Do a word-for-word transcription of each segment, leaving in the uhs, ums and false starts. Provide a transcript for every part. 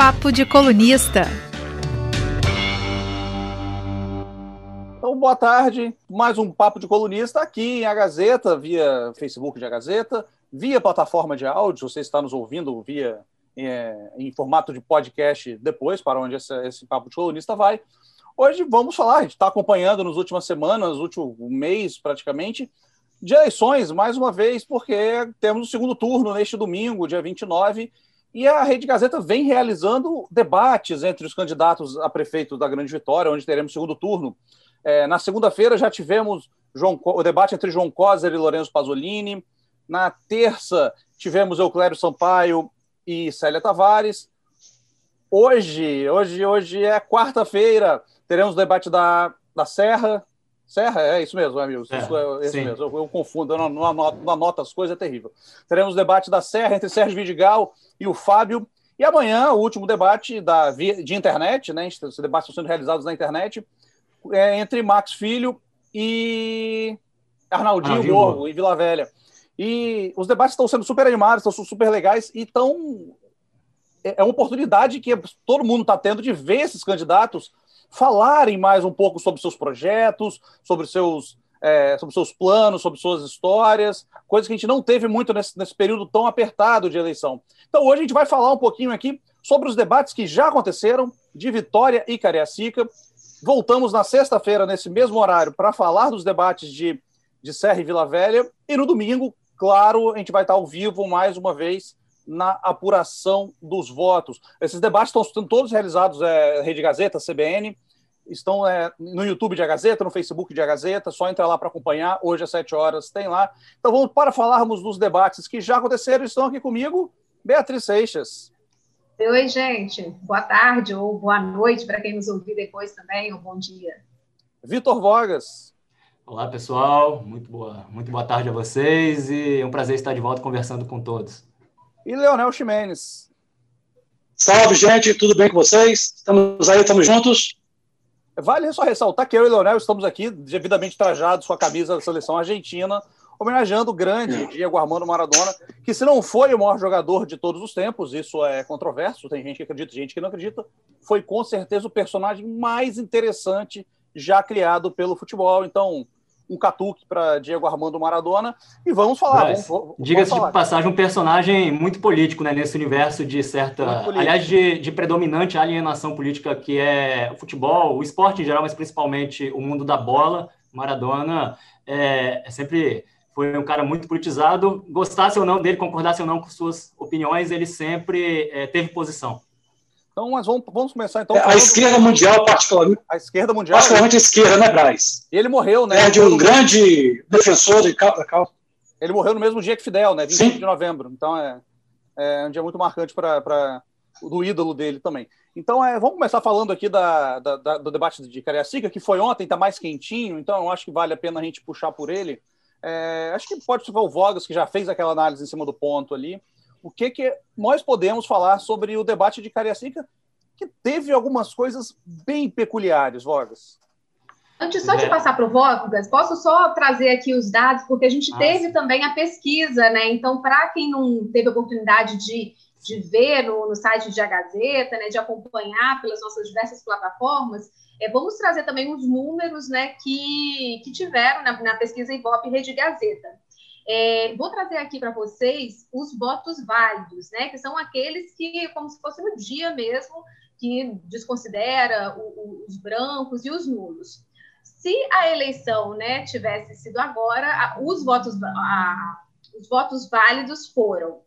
Papo de Colunista. Então, boa tarde. Mais um Papo de Colunista aqui em A Gazeta, via Facebook de A Gazeta, via plataforma de áudio. Você está nos ouvindo via é, em formato de podcast depois, para onde esse, esse Papo de Colunista vai. Hoje vamos falar, a gente está acompanhando nas últimas semanas, último mês praticamente, de eleições, mais uma vez, porque temos o segundo turno neste domingo, dia vinte e nove, e a Rede Gazeta vem realizando debates entre os candidatos a prefeito da Grande Vitória, onde teremos segundo turno. É, na segunda-feira já tivemos João, o debate entre João Coser e Lorenzo Pasolini. Na terça tivemos Euclério Sampaio e Célia Tavares. Hoje, hoje, hoje é quarta-feira, teremos o debate da, da Serra. Serra? É isso mesmo, amigos. É, isso é isso mesmo. Eu, eu confundo, eu não, não, anoto, não anoto as coisas, é terrível. Teremos o debate da Serra entre Sérgio Vidigal e o Fábio. E amanhã, o último debate da, de internet, né? Esses debates estão sendo realizados na internet, é, entre Max Filho e Arnaldinho, Arnaldinho Borgo, Borgo, em Vila Velha. E os debates estão sendo super animados, estão super legais e estão... É uma oportunidade que todo mundo está tendo de ver esses candidatos falarem mais um pouco sobre seus projetos, sobre seus, é, sobre seus planos, sobre suas histórias, coisas que a gente não teve muito nesse, nesse período tão apertado de eleição. Então hoje a gente vai falar um pouquinho aqui sobre os debates que já aconteceram de Vitória e Cariacica. Voltamos na sexta-feira, nesse mesmo horário, para falar dos debates de, de Serra e Vila Velha, e no domingo, claro, a gente vai estar ao vivo mais uma vez na apuração dos votos. Esses debates estão sendo todos realizados, é, Rede Gazeta, C B N, estão é, no YouTube de A Gazeta, no Facebook de A Gazeta, só entrar lá para acompanhar, hoje às sete horas tem lá. Então vamos para falarmos dos debates que já aconteceram, estão aqui comigo, Beatriz Seixas. Oi, gente, boa tarde ou boa noite para quem nos ouvir depois também, ou bom dia. Vitor Vogas. Olá, pessoal, muito boa, muito boa tarde a vocês e é um prazer estar de volta conversando com todos. E Leonel Ximenes. Salve, gente, tudo bem com vocês? Estamos aí, estamos juntos? Vale só ressaltar que eu e o Leonel estamos aqui devidamente trajados com a camisa da seleção argentina, homenageando o grande Diego Armando Maradona, que se não foi o maior jogador de todos os tempos, isso é controverso, tem gente que acredita, gente que não acredita, foi com certeza o personagem mais interessante já criado pelo futebol. Então, um catuque para Diego Armando Maradona, e vamos falar. Diga-se de passagem, um personagem muito político, né, nesse universo de certa... Aliás, de, de predominante alienação política que é o futebol, o esporte em geral, mas principalmente o mundo da bola. Maradona é, é sempre foi um cara muito politizado. Gostasse ou não dele, concordasse ou não com suas opiniões, ele sempre é, teve posição. Então, mas vamos, vamos começar então. A esquerda mundial, particularmente. A esquerda mundial. Particularmente a esquerda, né, Braz? E ele morreu, né? É de um grande defensor de causa. Ele morreu no mesmo dia que Fidel, né? vinte e cinco de novembro. Então é, é um dia muito marcante para do ídolo dele também. Então, é, vamos começar falando aqui da, da, da, do debate de Cariacica, que foi ontem, está mais quentinho, então eu acho que vale a pena a gente puxar por ele. É, acho que pode ser o Vogas, que já fez aquela análise em cima do ponto ali. O que, que nós podemos falar sobre o debate de Cariacica, que teve algumas coisas bem peculiares, Vogas? Antes só de passar para o Vogas, posso só trazer aqui os dados, porque a gente ah, teve sim. também a pesquisa, né? Então, para quem não teve a oportunidade de, de ver no, no site de A Gazeta, né, de acompanhar pelas nossas diversas plataformas, é, vamos trazer também os números, né, que, que tiveram na, na pesquisa Ibope Rede Gazeta. É, vou trazer aqui para vocês os votos válidos, né, que são aqueles que, como se fosse no dia mesmo, que desconsidera o, o, os brancos e os nulos. Se a eleição, né, tivesse sido agora, a, os, votos, a, os votos válidos foram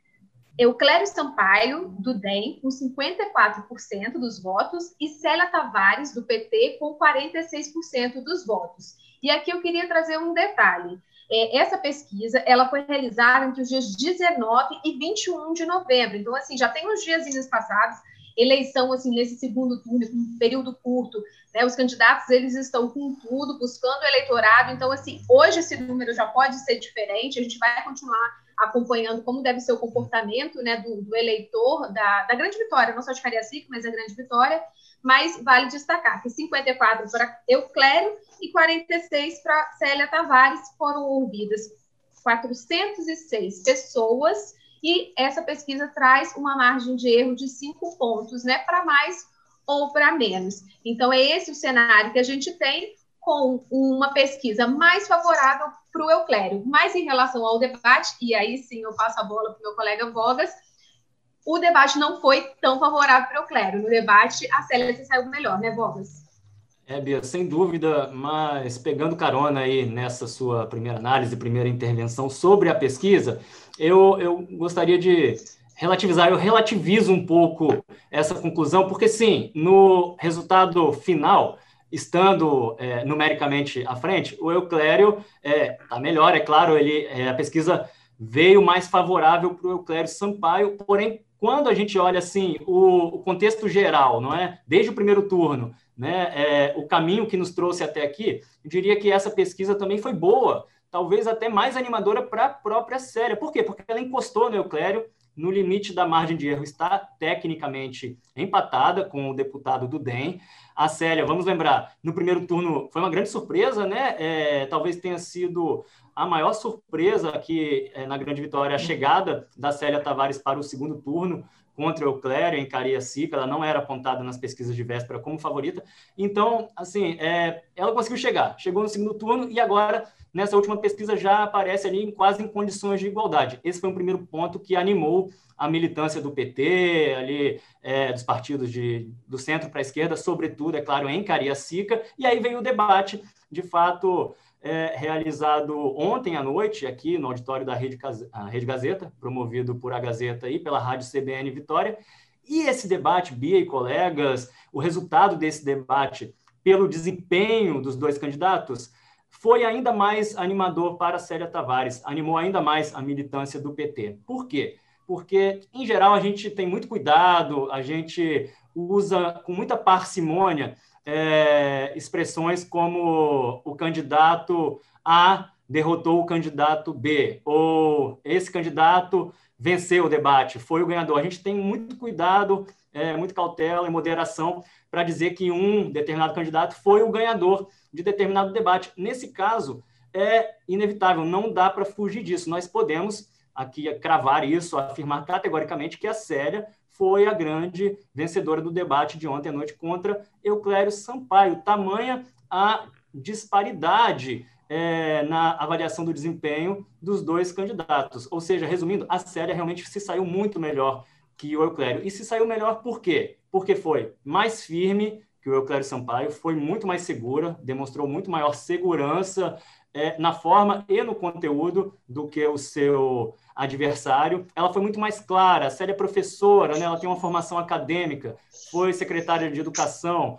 Euclério Sampaio, do D E M, com cinquenta e quatro por cento dos votos, e Célia Tavares, do P T, com quarenta e seis por cento dos votos. E aqui eu queria trazer um detalhe. É, essa pesquisa, ela foi realizada entre os dias dezenove e vinte e um de novembro. Então, assim, já tem uns diazinhos passados, eleição, assim, nesse segundo turno, um período curto, né? Os candidatos, eles estão com tudo, buscando o eleitorado. Então, assim, hoje esse número já pode ser diferente, a gente vai continuar acompanhando como deve ser o comportamento, né, do, do eleitor da, da Grande Vitória, não só de Cariacica, mas da Grande Vitória. Mas vale destacar que cinquenta e quatro para Euclério e quarenta e seis para Célia Tavares. Foram ouvidas quatrocentas e seis pessoas e essa pesquisa traz uma margem de erro de cinco pontos, né, para mais ou para menos. Então, é esse o cenário que a gente tem, com uma pesquisa mais favorável para o Euclério. Mas em relação ao debate, e aí sim eu passo a bola para o meu colega Vogas, o debate não foi tão favorável para o Euclério. No debate, a Célia se saiu melhor, né, Vogas? É, Bia, sem dúvida, mas pegando carona aí nessa sua primeira análise, primeira intervenção sobre a pesquisa, eu, eu gostaria de relativizar, eu relativizo um pouco essa conclusão, porque sim, no resultado final, estando é, numericamente à frente, o Euclério está é, melhor, é claro, ele, é, a pesquisa veio mais favorável para o Euclério Sampaio, porém, quando a gente olha assim, o, o contexto geral, não é? Desde o primeiro turno, né, é, o caminho que nos trouxe até aqui, eu diria que essa pesquisa também foi boa, talvez até mais animadora para a própria Célia. Por quê? Porque ela encostou no Euclério, no limite da margem de erro, está tecnicamente empatada com o deputado do D E M. A Célia, vamos lembrar, no primeiro turno foi uma grande surpresa, né? É, talvez tenha sido a maior surpresa aqui é, na grande vitória, a chegada da Célia Tavares para o segundo turno contra o Euclério em Cariacica. Ela não era apontada nas pesquisas de véspera como favorita. Então, assim, é, ela conseguiu chegar, chegou no segundo turno e agora, nessa última pesquisa, já aparece ali quase em condições de igualdade. Esse foi um primeiro ponto que animou a militância do P T, ali, é, dos partidos de, do centro para a esquerda, sobretudo, é claro, em Cariacica. E aí veio o debate, de fato, é, realizado ontem à noite, aqui no auditório da Rede, a Rede Gazeta, promovido por a Gazeta e pela Rádio C B N Vitória. E esse debate, Bia e colegas, o resultado desse debate, pelo desempenho dos dois candidatos, foi ainda mais animador para a Célia Tavares, animou ainda mais a militância do P T. Por quê? Porque, em geral, a gente tem muito cuidado, a gente usa com muita parcimônia é, expressões como o candidato A derrotou o candidato B, ou esse candidato venceu o debate, foi o ganhador. A gente tem muito cuidado, é, muita cautela e moderação para dizer que um determinado candidato foi o ganhador de determinado debate. Nesse caso, é inevitável, não dá para fugir disso. Nós podemos aqui cravar isso, afirmar categoricamente que a Célia foi a grande vencedora do debate de ontem à noite contra Euclério Sampaio. Tamanha a disparidade é, na avaliação do desempenho dos dois candidatos. Ou seja, resumindo, a Célia realmente se saiu muito melhor que o Euclério. E se saiu melhor por quê? Porque foi mais firme que o Euclério Sampaio, foi muito mais segura, demonstrou muito maior segurança é, na forma e no conteúdo do que o seu adversário. Ela foi muito mais clara. A Célia é professora, né? Ela tem uma formação acadêmica, foi secretária de Educação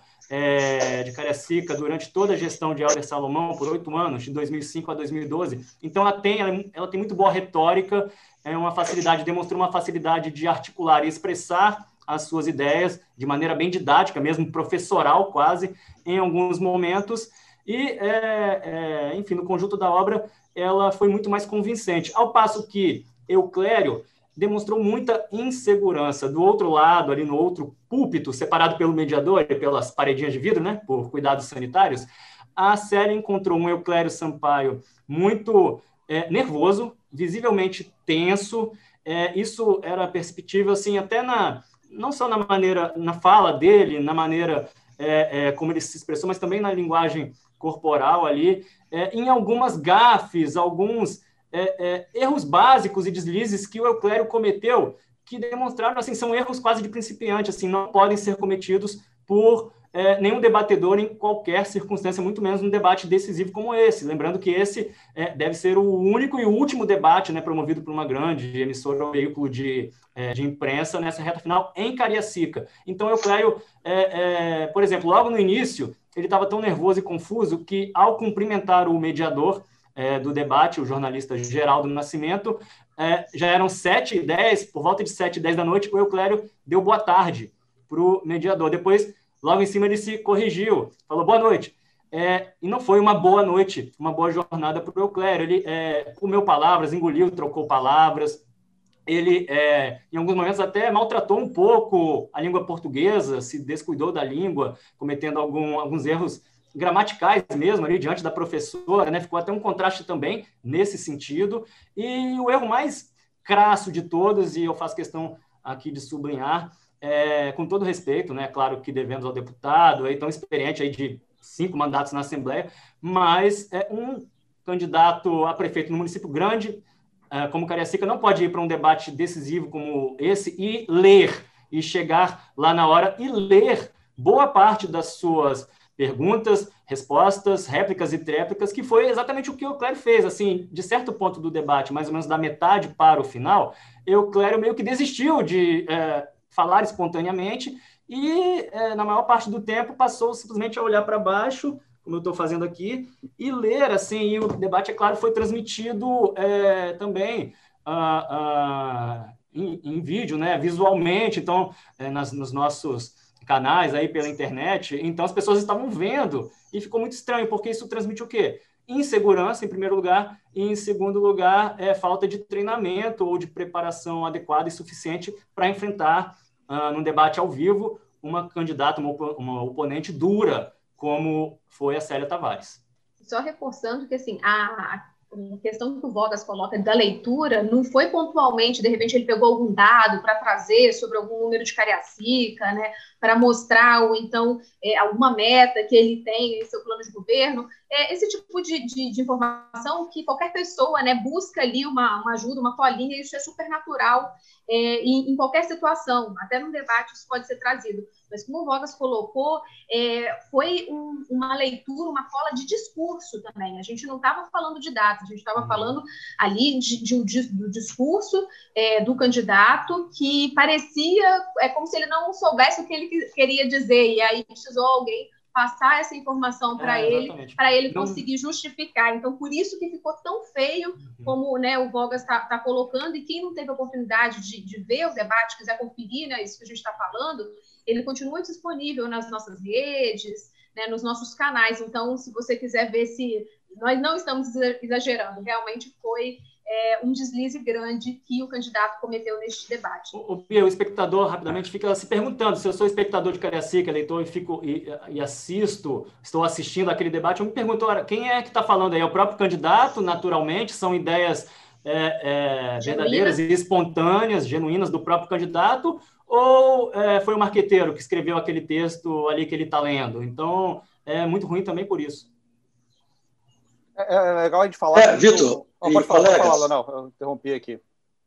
é, de Cariacica durante toda a gestão de Helder Salomão, por oito anos, de dois mil e cinco a dois mil e doze. Então, ela tem, ela, ela tem muito boa retórica, é uma facilidade, demonstrou uma facilidade de articular e expressar as suas ideias de maneira bem didática, mesmo professoral quase, em alguns momentos. E, é, é, enfim, no conjunto da obra, ela foi muito mais convincente. Ao passo que Euclério demonstrou muita insegurança. Do outro lado, ali no outro púlpito, separado pelo mediador e pelas paredinhas de vidro, né, por cuidados sanitários, a Célia encontrou um Euclério Sampaio muito é, nervoso, visivelmente tenso. É, isso era perceptível, assim, até na... não só na maneira, na fala dele, na maneira é, é, como ele se expressou, mas também na linguagem corporal ali, é, em algumas gafes, alguns é, é, erros básicos e deslizes que o Euclério cometeu, que demonstraram, assim, são erros quase de principiante, assim, não podem ser cometidos por é, nenhum debatedor em qualquer circunstância, muito menos num debate decisivo como esse. Lembrando que esse é, deve ser o único e o último debate, né, promovido por uma grande emissora ou veículo de, é, de imprensa nessa reta final em Cariacica. Então, Euclério, é, é, por exemplo, logo no início, ele estava tão nervoso e confuso que, ao cumprimentar o mediador é, do debate, o jornalista Geraldo Nascimento, é, já eram sete e dez, por volta de sete e dez da noite, o Euclério deu boa tarde para o mediador. Depois, logo em cima, ele se corrigiu, falou boa noite. É, e não foi uma boa noite, uma boa jornada para o Euclério. Ele é, comeu palavras, engoliu, trocou palavras. Ele, é, em alguns momentos, até maltratou um pouco a língua portuguesa, se descuidou da língua, cometendo algum, alguns erros gramaticais mesmo, ali, diante da professora, né? Ficou até um contraste também nesse sentido. E o erro mais crasso de todos, e eu faço questão aqui de sublinhar, é, com todo respeito, né? Claro que devemos ao deputado, aí, tão experiente aí de cinco mandatos na Assembleia, mas é um candidato a prefeito no município grande, é, como Cariacica, não pode ir para um debate decisivo como esse e ler, e chegar lá na hora e ler boa parte das suas perguntas, respostas, réplicas e tréplicas, que foi exatamente o que o Euclério fez. Assim, de certo ponto do debate, mais ou menos da metade para o final, Euclério meio que desistiu de é, falar espontaneamente e, é, na maior parte do tempo, passou simplesmente a olhar para baixo, como eu estou fazendo aqui, e ler, assim, e o debate, é claro, foi transmitido é, também ah, ah, em, em vídeo, né, visualmente, então, é, nas, nos nossos canais aí pela internet, então as pessoas estavam vendo e ficou muito estranho, porque isso transmite o quê? Insegurança, em primeiro lugar, e em segundo lugar, é falta de treinamento ou de preparação adequada e suficiente para enfrentar, uh, num debate ao vivo, uma candidata, uma, uma oponente dura, como foi a Célia Tavares. Só reforçando que, assim, a, a questão que o Vogas coloca da leitura não foi pontualmente, de repente ele pegou algum dado para trazer sobre algum número de Cariacica, né, para mostrar, ou então é, alguma meta que ele tem em seu plano de governo, é esse tipo de, de, de informação que qualquer pessoa, né, busca ali uma, uma ajuda, uma colinha, isso é super natural é, em, em qualquer situação, até num debate isso pode ser trazido. Mas como o Vogas colocou, é, foi um, uma leitura, uma cola de discurso também. A gente não estava falando de dados, a gente estava falando ali de, de, de, do discurso é, do candidato, que parecia é, como se ele não soubesse o que ele queria dizer, e aí precisou alguém passar essa informação para é, ele, para ele conseguir justificar. Então, por isso que ficou tão feio, uhum. como, né, o Vogas está tá colocando, e quem não teve a oportunidade de, de ver o debate, quiser conferir, né, isso que a gente está falando, ele continua disponível nas nossas redes, né, nos nossos canais. Então, se você quiser ver se nós não estamos exagerando, realmente foi é, um deslize grande que o candidato cometeu neste debate. O, o, o espectador, rapidamente, fica se perguntando, se eu sou espectador de Cariacica, eleitor, e, fico, e, e assisto, estou assistindo aquele debate, eu me pergunto, ora, quem é que está falando aí? É o próprio candidato, naturalmente? São ideias é, é, verdadeiras e espontâneas, genuínas do próprio candidato? Ou é, foi o marqueteiro que escreveu aquele texto ali que ele está lendo? Então, é muito ruim também por isso. É, é legal a gente falar... É, Vitor, oh, pode falar, pode falar, não, eu interrompi aqui.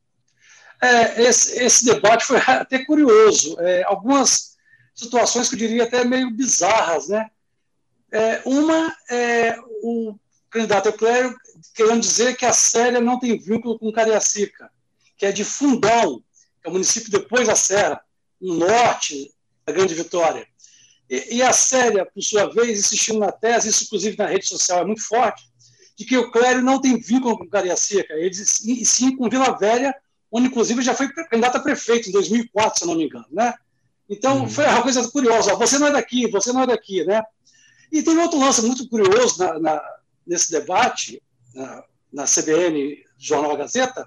É, esse, esse debate foi até curioso. É, algumas situações que eu diria até meio bizarras, né? É, uma é o candidato Euclério querendo dizer que a Célia não tem vínculo com Cariacica, que é de Fundão, que é o município depois da Serra, no norte da Grande Vitória. E, e a Célia, por sua vez, insistindo na tese, isso inclusive na rede social é muito forte, de que o Euclério não tem vínculo com Cariacica, ele e sim com Vila Velha, onde inclusive já foi candidato a prefeito em dois mil e quatro, se eu não me engano, né? Então, hum. foi uma coisa curiosa, você não é daqui, você não é daqui, né? E tem outro lance muito curioso na, na, nesse debate, na, na C B N, Jornal Gazeta,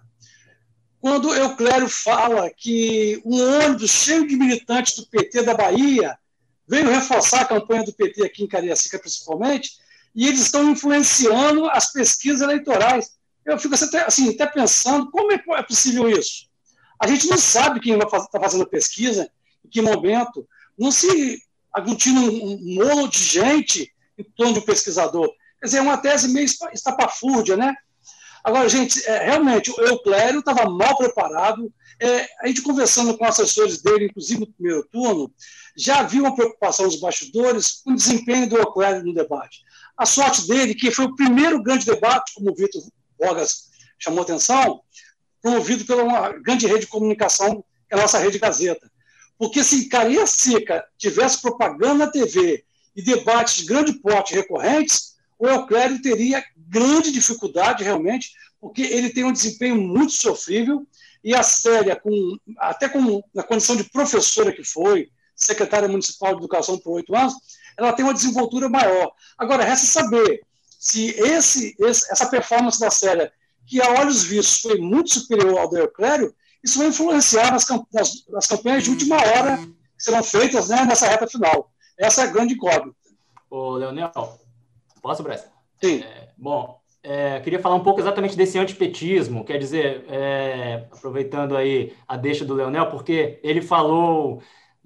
quando Euclério fala que um ônibus cheio de militantes do P T da Bahia veio reforçar a campanha do P T aqui em Cariacica, principalmente, e eles estão influenciando as pesquisas eleitorais. Eu fico até, assim, até pensando, como é possível isso? A gente não sabe quem está fazendo a pesquisa, em que momento, não se aglutina um monte de gente em torno de um pesquisador. Quer dizer, é uma tese meio estapafúrdia, né? Agora, gente, é, realmente, o Euclério estava mal preparado. É, a gente conversando com assessores dele, inclusive no primeiro turno, já havia uma preocupação nos bastidores com o desempenho do Euclério no debate. A sorte dele, que foi o primeiro grande debate, como o Vitor Vogas chamou atenção, promovido pela uma grande rede de comunicação, que é a nossa Rede Gazeta. Porque se Cariacica tivesse propaganda na T V e debates de grande porte recorrentes, o Euclério teria grande dificuldade, realmente, porque ele tem um desempenho muito sofrível, e a Célia, com, até com, na condição de professora que foi, secretária municipal de educação por oito anos, ela tem uma desenvoltura maior. Agora, resta saber se esse, esse, essa performance da Célia, que a olhos vistos foi muito superior ao do Euclério, isso vai influenciar nas, nas, nas campanhas de última hora que serão feitas, né, nessa reta final. Essa é a grande incógnita. Ô, Leonel, posso, Bressa? Sim. É, bom, é, queria falar um pouco exatamente desse antipetismo, quer dizer, é, aproveitando aí a deixa do Leonel, porque ele falou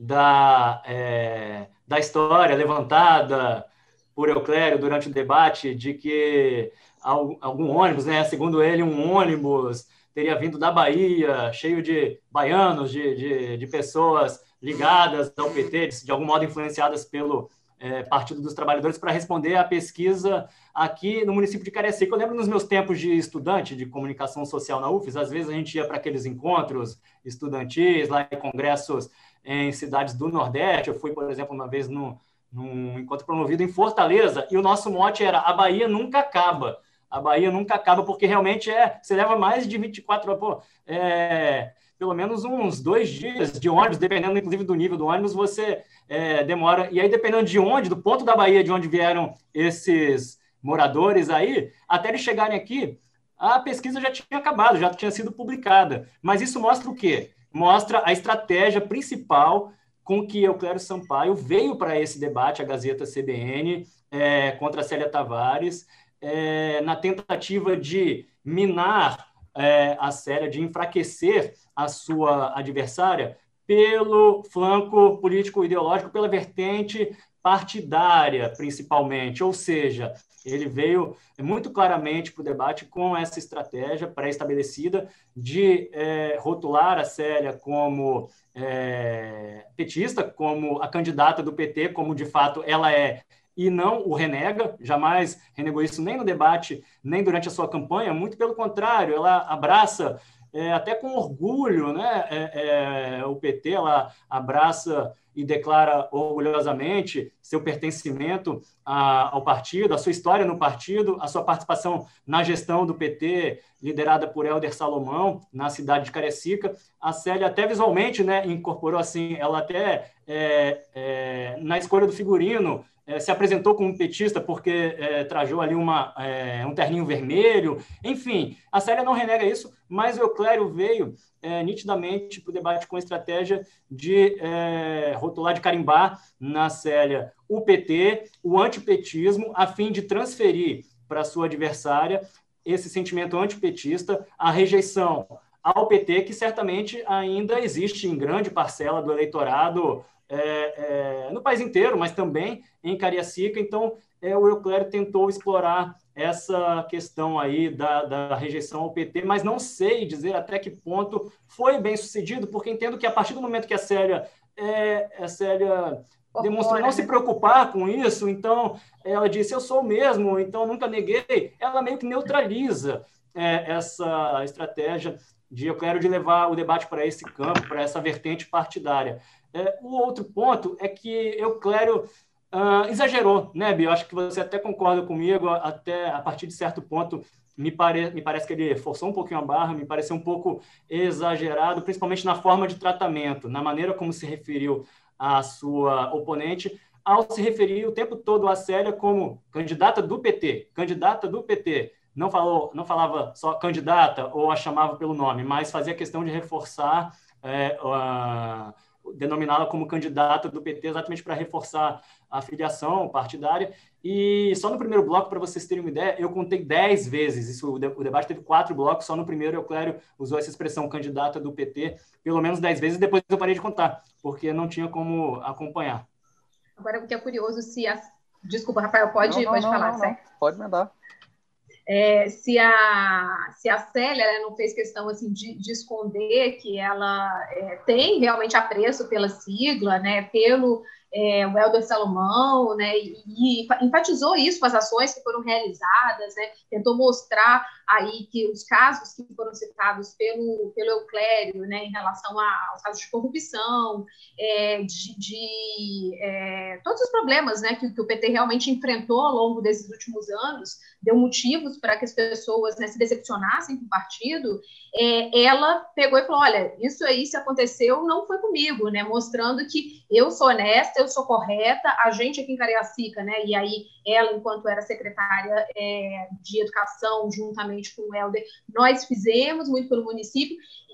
da, é, da história levantada por Euclério durante o debate de que algum ônibus, né, segundo ele, um ônibus teria vindo da Bahia, cheio de baianos, de, de, de pessoas ligadas ao P T, de, de algum modo influenciadas pelo é, Partido dos Trabalhadores, para responder à pesquisa aqui no município de Cariacica. Eu lembro nos meus tempos de estudante de comunicação social na U F E S, às vezes a gente ia para aqueles encontros estudantis, lá em congressos em cidades do Nordeste. Eu fui, por exemplo, uma vez no, num encontro promovido em Fortaleza, e o nosso mote era: a Bahia nunca acaba. A Bahia nunca acaba, porque realmente é, você leva mais de vinte e quatro horas, pô, é, pelo menos uns dois dias de ônibus, dependendo, inclusive, do nível do ônibus, você é, demora. E aí, dependendo de onde, do ponto da Bahia de onde vieram esses moradores aí, até eles chegarem aqui, a pesquisa já tinha acabado, já tinha sido publicada. Mas isso mostra o quê? Mostra a estratégia principal com que Euclério Sampaio veio para esse debate, a Gazeta C B N, é, contra a Célia Tavares, É, na tentativa de minar é, a Célia, de enfraquecer a sua adversária pelo flanco político-ideológico, pela vertente partidária, principalmente. Ou seja, ele veio muito claramente para o debate com essa estratégia pré-estabelecida de é, rotular a Célia como é, petista, como a candidata do P T, como de fato ela é, e não o renega, jamais renegou isso nem no debate, nem durante a sua campanha, muito pelo contrário, ela abraça, é, até com orgulho, né, é, é, o P T, ela abraça e declara orgulhosamente seu pertencimento a, ao partido, a sua história no partido, a sua participação na gestão do P T, liderada por Hélder Salomão, na cidade de Cariacica. A Célia até visualmente, né, incorporou assim, ela até, é, é, na escolha do figurino, É, se apresentou como petista porque é, trajou ali uma, é, um terninho vermelho. Enfim, a Célia não renega isso, mas o Euclério veio é, nitidamente para o debate com a estratégia de é, rotular, de carimbar na Célia o P T, o antipetismo, a fim de transferir para sua adversária esse sentimento antipetista, a rejeição ao P T, que certamente ainda existe em grande parcela do eleitorado É, é, no país inteiro, mas também em Cariacica. Então, é, o Euclério tentou explorar essa questão aí da, da rejeição ao P T, mas não sei dizer até que ponto foi bem sucedido, porque entendo que a partir do momento que a Célia, é, a Célia demonstrou não se preocupar com isso, então ela disse: eu sou o mesmo, então nunca neguei, ela meio que neutraliza é, essa estratégia de Euclério de levar o debate para esse campo, para essa vertente partidária. É, o outro ponto é que Euclério uh, exagerou, né, Bia? Eu acho que você até concorda comigo, até a partir de certo ponto me, pare... me parece que ele forçou um pouquinho a barra, me pareceu um pouco exagerado, principalmente na forma de tratamento, na maneira como se referiu à sua oponente, ao se referir o tempo todo à Célia como candidata do P T, candidata do P T. Não, falou, não falava só candidata ou a chamava pelo nome, mas fazia questão de reforçar, é, uh, denominá-la como candidata do P T, exatamente para reforçar a filiação partidária. E só no primeiro bloco, para vocês terem uma ideia, eu contei dez vezes, isso, o, de, o debate teve quatro blocos, só no primeiro Euclério usou essa expressão candidata do P T pelo menos dez vezes, depois eu parei de contar, porque não tinha como acompanhar. Agora, o que é curioso, se a... Desculpa, Rafael, pode, não, não, pode não, falar, não, certo? Não. Pode mandar. É, se, a, se a Célia, né, não fez questão assim, de, de esconder que ela é, tem realmente apreço pela sigla, né, pelo é, o Hélder Salomão, né, e, e enfatizou isso com as ações que foram realizadas, né, tentou mostrar aí que os casos que foram citados pelo, pelo Euclério, né, em relação a, aos casos de corrupção, é, de, de é, todos os problemas, né, que, que o P T realmente enfrentou ao longo desses últimos anos, deu motivos para que as pessoas, né, se decepcionassem com o partido, é, ela pegou e falou: olha, isso aí, se aconteceu, não foi comigo, né, mostrando que eu sou honesta, eu sou correta, a gente aqui em Cariacica, né, e aí ela, enquanto era secretária é, de Educação, juntamente com o Hélder, nós fizemos muito pelo município,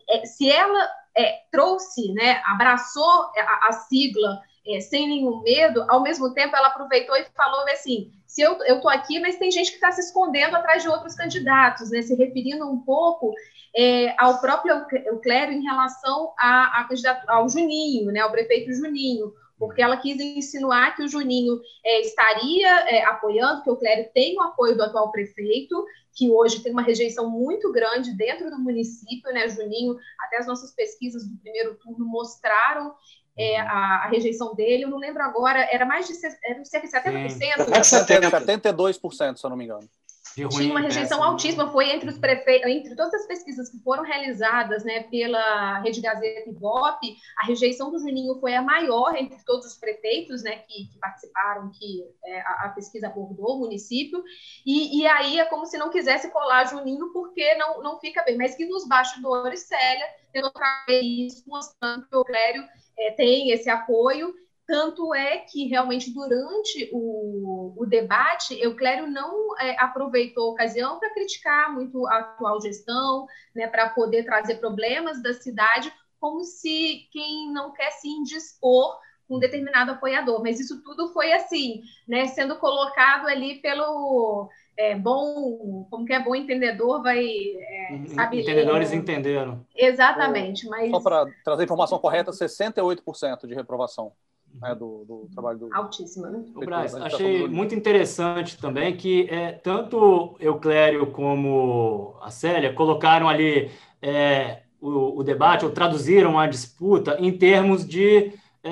é, se ela é, trouxe, né, abraçou a, a sigla é, sem nenhum medo, ao mesmo tempo ela aproveitou e falou assim, se eu estou aqui, mas tem gente que está se escondendo atrás de outros candidatos, né, se referindo um pouco é, ao próprio Euclério em relação a, a candidato, ao Juninho, né, ao prefeito Juninho, porque ela quis insinuar que o Juninho é, estaria é, apoiando, que o Euclério tem o apoio do atual prefeito, que hoje tem uma rejeição muito grande dentro do município, né, Juninho, até as nossas pesquisas do primeiro turno mostraram é, a, a rejeição dele, eu não lembro agora, era mais de era cerca de setenta por cento? setenta e dois por cento, se eu não me engano. Tinha uma rejeição péssimo. altíssima, foi entre os prefeitos, entre todas as pesquisas que foram realizadas, né, pela Rede Gazeta e Ibope, a rejeição do Juninho foi a maior entre todos os prefeitos, né, que, que participaram, que é, a, a pesquisa abordou o município, e, e aí é como se não quisesse colar Juninho porque não, não fica bem, mas que nos bastidores, Célia tentou trazer isso, mostrando que o Euclério é, tem esse apoio. Tanto é que, realmente, durante o, o debate, Euclério não é, aproveitou a ocasião para criticar muito a atual gestão, né, para poder trazer problemas da cidade, como se quem não quer se indispor com um determinado apoiador. Mas isso tudo foi assim, né, sendo colocado ali pelo é, bom, como que é bom entendedor, vai... É, sabe, Entendedores é, entenderam. Exatamente. Mas... Só para trazer a informação correta, sessenta e oito por cento de reprovação. Né, do, do trabalho do... Altíssima, né? O Braz, achei muito interessante também que é, tanto Euclério como a Célia colocaram ali é, o, o debate, ou traduziram a disputa em termos de,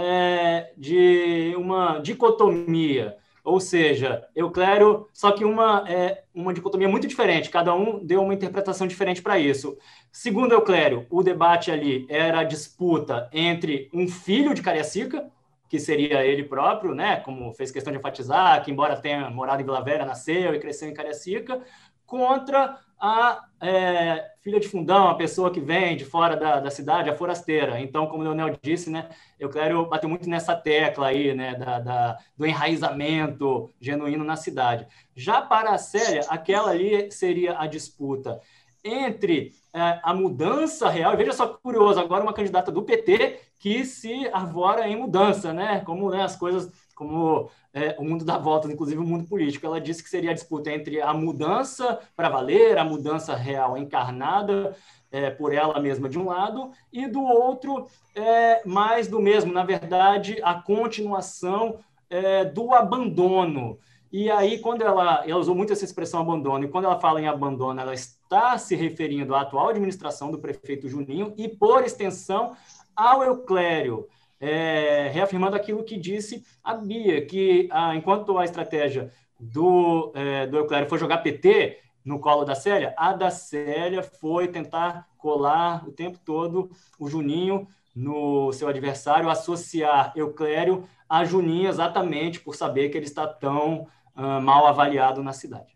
é, de uma dicotomia, ou seja, Euclério, só que uma, é, uma dicotomia muito diferente, cada um deu uma interpretação diferente para isso. Segundo Euclério, o debate ali era a disputa entre um filho de Cariacica, que seria ele próprio, né, como fez questão de enfatizar, que embora tenha morado em Vila Velha, nasceu e cresceu em Cariacica, contra a é, filha de Fundão, a pessoa que vem de fora da, da cidade, a forasteira. Então, como o Leonel disse, né, Euclério bateu muito nessa tecla aí, né, da, da, do enraizamento genuíno na cidade. Já para a Célia, aquela ali seria a disputa entre é, a mudança real, e veja só que curioso, agora uma candidata do P T que se arvora em mudança, né? Como né, as coisas, como é, o mundo dá voltas, inclusive o mundo político. Ela disse que seria a disputa entre a mudança para valer, a mudança real encarnada é, por ela mesma de um lado, e do outro, é, mais do mesmo, na verdade, a continuação é, do abandono. E aí, quando ela, ela usou muito essa expressão abandono, e quando ela fala em abandono, ela está se referindo à atual administração do prefeito Juninho e, por extensão, ao Euclério, é, reafirmando aquilo que disse a Bia, que ah, enquanto a estratégia do, é, do Euclério foi jogar P T no colo da Célia, a da Célia foi tentar colar o tempo todo o Juninho no seu adversário, associar Euclério a Juninho exatamente por saber que ele está tão uh, mal avaliado na cidade.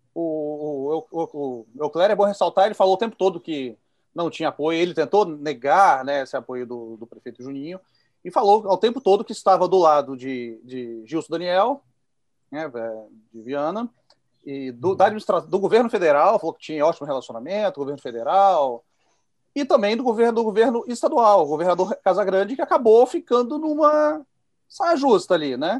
O, o, o, o Euclério, é bom ressaltar, ele falou o tempo todo que não tinha apoio, ele tentou negar, né, esse apoio do, do prefeito Juninho, e falou ao tempo todo que estava do lado de, de Gilson Daniel, né, de Viana, e do, da administração, do governo federal, falou que tinha ótimo relacionamento, governo federal, e também do governo, do governo estadual, o governador Casagrande, que acabou ficando numa saia justa ali, né?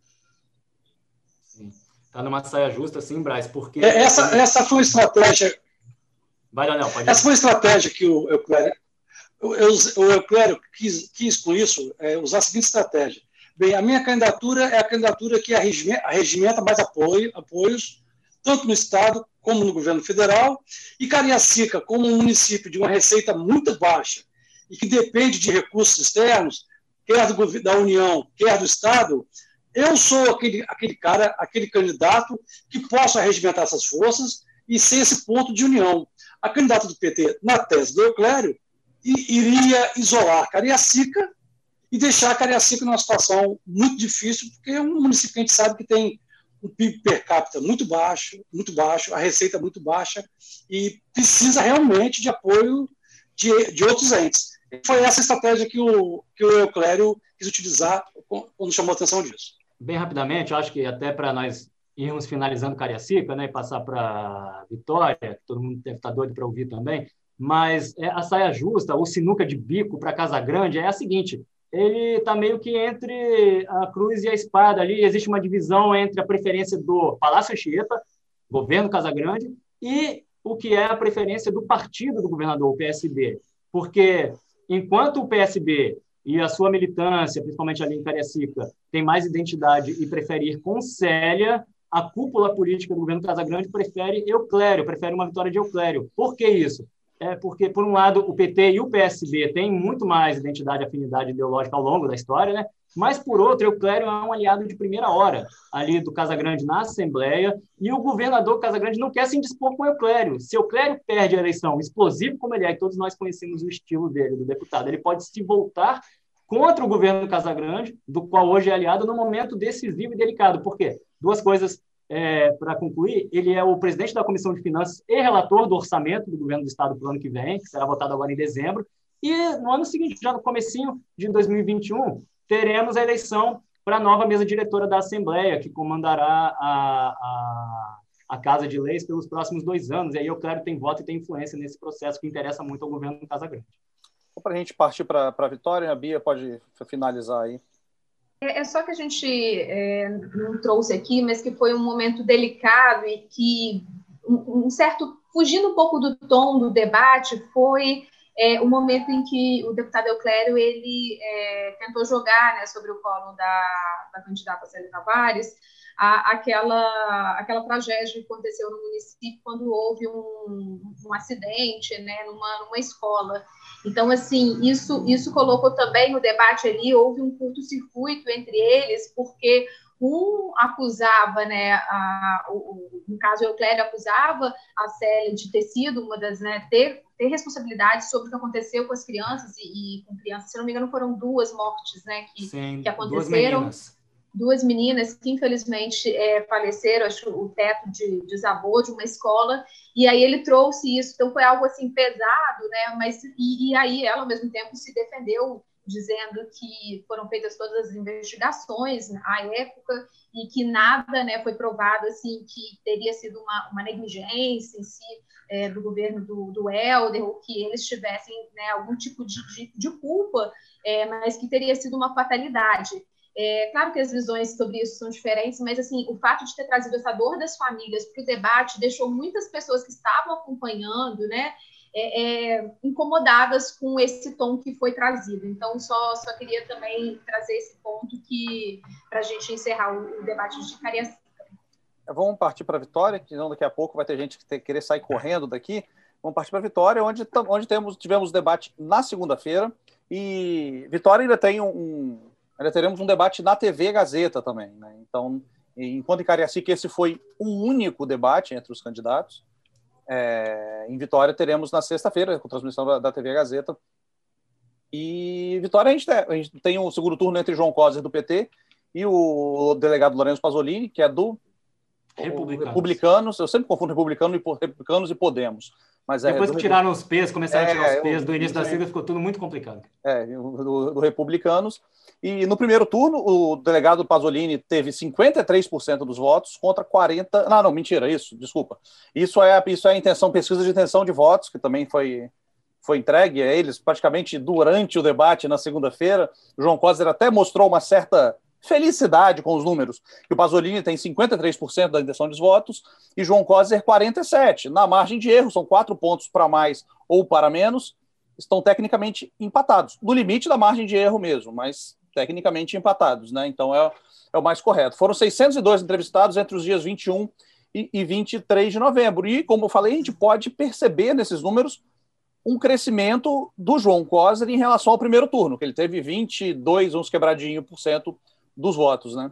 Sim. Tá numa saia justa, sim, Braz, porque... Essa, essa foi uma estratégia... Vai, Daniel, pode ir. Essa foi uma estratégia que o Euclério, o Euclério quis, quis, com isso, é, usar a seguinte estratégia. Bem, a minha candidatura é a candidatura que arregimenta mais apoio, apoios, tanto no Estado como no governo federal, e Cariacica, como um município de uma receita muito baixa e que depende de recursos externos, quer do, da União, quer do Estado, eu sou aquele, aquele cara, aquele candidato que possa arregimentar essas forças e ser esse ponto de união. A candidata do P T, na tese do Euclério, iria isolar Cariacica e deixar Cariacica numa situação muito difícil, porque é um município que a gente sabe que tem um P I B per capita muito baixo, muito baixo, a receita muito baixa, e precisa realmente de apoio de, de outros entes. Foi essa estratégia que o, que o Euclério quis utilizar quando chamou a atenção disso. Bem rapidamente, eu acho que até para nós irmos finalizando Cariacica, né, e passar para Vitória, que todo mundo deve estar doido para ouvir também, mas a saia justa, ou sinuca de bico para Casagrande é a seguinte: ele está meio que entre a cruz e a espada ali, existe uma divisão entre a preferência do Palácio Anchieta, governo Casagrande, e o que é a preferência do partido do governador, o P S B. Porque enquanto o P S B e a sua militância, principalmente ali em Cariacica, tem mais identidade e prefere ir com Célia, a cúpula política do governo Casagrande prefere Euclério, prefere uma vitória de Euclério. Por que isso? É porque, por um lado, o P T e o P S B têm muito mais identidade e afinidade ideológica ao longo da história, né? Mas, por outro, Euclério é um aliado de primeira hora ali do Casagrande na Assembleia, e o governador Casagrande não quer se indispor com Euclério. Se Euclério perde a eleição, explosivo como ele é, e todos nós conhecemos o estilo dele, do deputado, ele pode se voltar contra o governo Casagrande, do qual hoje é aliado, no momento decisivo e delicado. Por quê? Duas coisas é, para concluir. Ele é o presidente da Comissão de Finanças e relator do orçamento do governo do Estado para o ano que vem, que será votado agora em dezembro. E no ano seguinte, já no comecinho de dois mil e vinte e um, teremos a eleição para a nova mesa diretora da Assembleia, que comandará a, a, a Casa de Leis pelos próximos dois anos. E aí eu, claro, tem voto e tem influência nesse processo que interessa muito ao governo do Casagrande. Para a gente partir para a vitória, a Bia pode finalizar aí. É, é só que a gente é, não trouxe aqui, mas que foi um momento delicado e que um, um certo, fugindo um pouco do tom do debate, foi é, o momento em que o deputado Euclério ele é, tentou jogar, né, sobre o colo da, da candidata Célia Tavares a, aquela, aquela tragédia que aconteceu no município quando houve um, um acidente, né, numa, numa escola. Então, assim, isso, isso colocou também no debate ali, houve um curto-circuito entre eles, porque um acusava, né, a, o, no caso, o Euclério acusava a Célia de ter sido uma das, né, ter, ter responsabilidade sobre o que aconteceu com as crianças e, e com crianças, se não me engano, foram duas mortes, né, que, Sim, que aconteceram. Duas meninas. Duas meninas que, infelizmente, é, faleceram, acho que o teto de, desabou de uma escola, e aí ele trouxe isso, então foi algo, assim, pesado, né, mas, e, e aí ela, ao mesmo tempo, se defendeu, dizendo que foram feitas todas as investigações à época, e que nada, né, foi provado, assim, que teria sido uma, uma negligência em si, é, do governo do, do Helder, ou que eles tivessem, né, algum tipo de, de, de culpa, é, mas que teria sido uma fatalidade. É, claro que as visões sobre isso são diferentes, mas assim, o fato de ter trazido essa dor das famílias para o debate deixou muitas pessoas que estavam acompanhando, né, é, é, incomodadas com esse tom que foi trazido. Então, só, só queria também trazer esse ponto que para a gente encerrar o, o debate de Cariacica. Vamos partir para a Vitória, que não, daqui a pouco vai ter gente que ter, querer sair correndo daqui. Vamos partir para a Vitória, onde, onde temos, tivemos debate na segunda-feira, e Vitória ainda tem um... um ainda teremos um debate na T V Gazeta também, né? Então, enquanto em Cariacica esse foi um único debate entre os candidatos, é, em Vitória teremos na sexta-feira, com transmissão da, da T V Gazeta. E Vitória a gente, tem, a gente tem o segundo turno entre João Coser do P T e o delegado Lourenço Pasolini, que é do Republicanos. Republicanos. Eu sempre confundo Republicano e Republicanos e Podemos. Mas Depois é, que tiraram os P's, começaram é, a tirar os P's eu, do início eu, da sigla, ficou tudo muito complicado. É, do, do Republicanos. E no primeiro turno, o delegado Pasolini teve cinquenta e três por cento dos votos contra quarenta por cento. Não, não, mentira, isso, desculpa. Isso é, isso é a intenção, pesquisa de intenção de votos, que também foi, foi entregue a eles praticamente durante o debate na segunda-feira. O João Coser até mostrou uma certa felicidade com os números, que o Pasolini tem cinquenta e três por cento da intenção dos votos e João Coser quarenta e sete por cento. Na margem de erro, são quatro pontos para mais ou para menos, estão tecnicamente empatados. No limite da margem de erro mesmo, mas tecnicamente empatados, né? Então é, é o mais correto. Foram seiscentos e dois entrevistados entre os dias vinte e um e vinte e três de novembro. E, como eu falei, a gente pode perceber nesses números um crescimento do João Coser em relação ao primeiro turno, que ele teve vinte e dois, uns quebradinho por cento dos votos, né?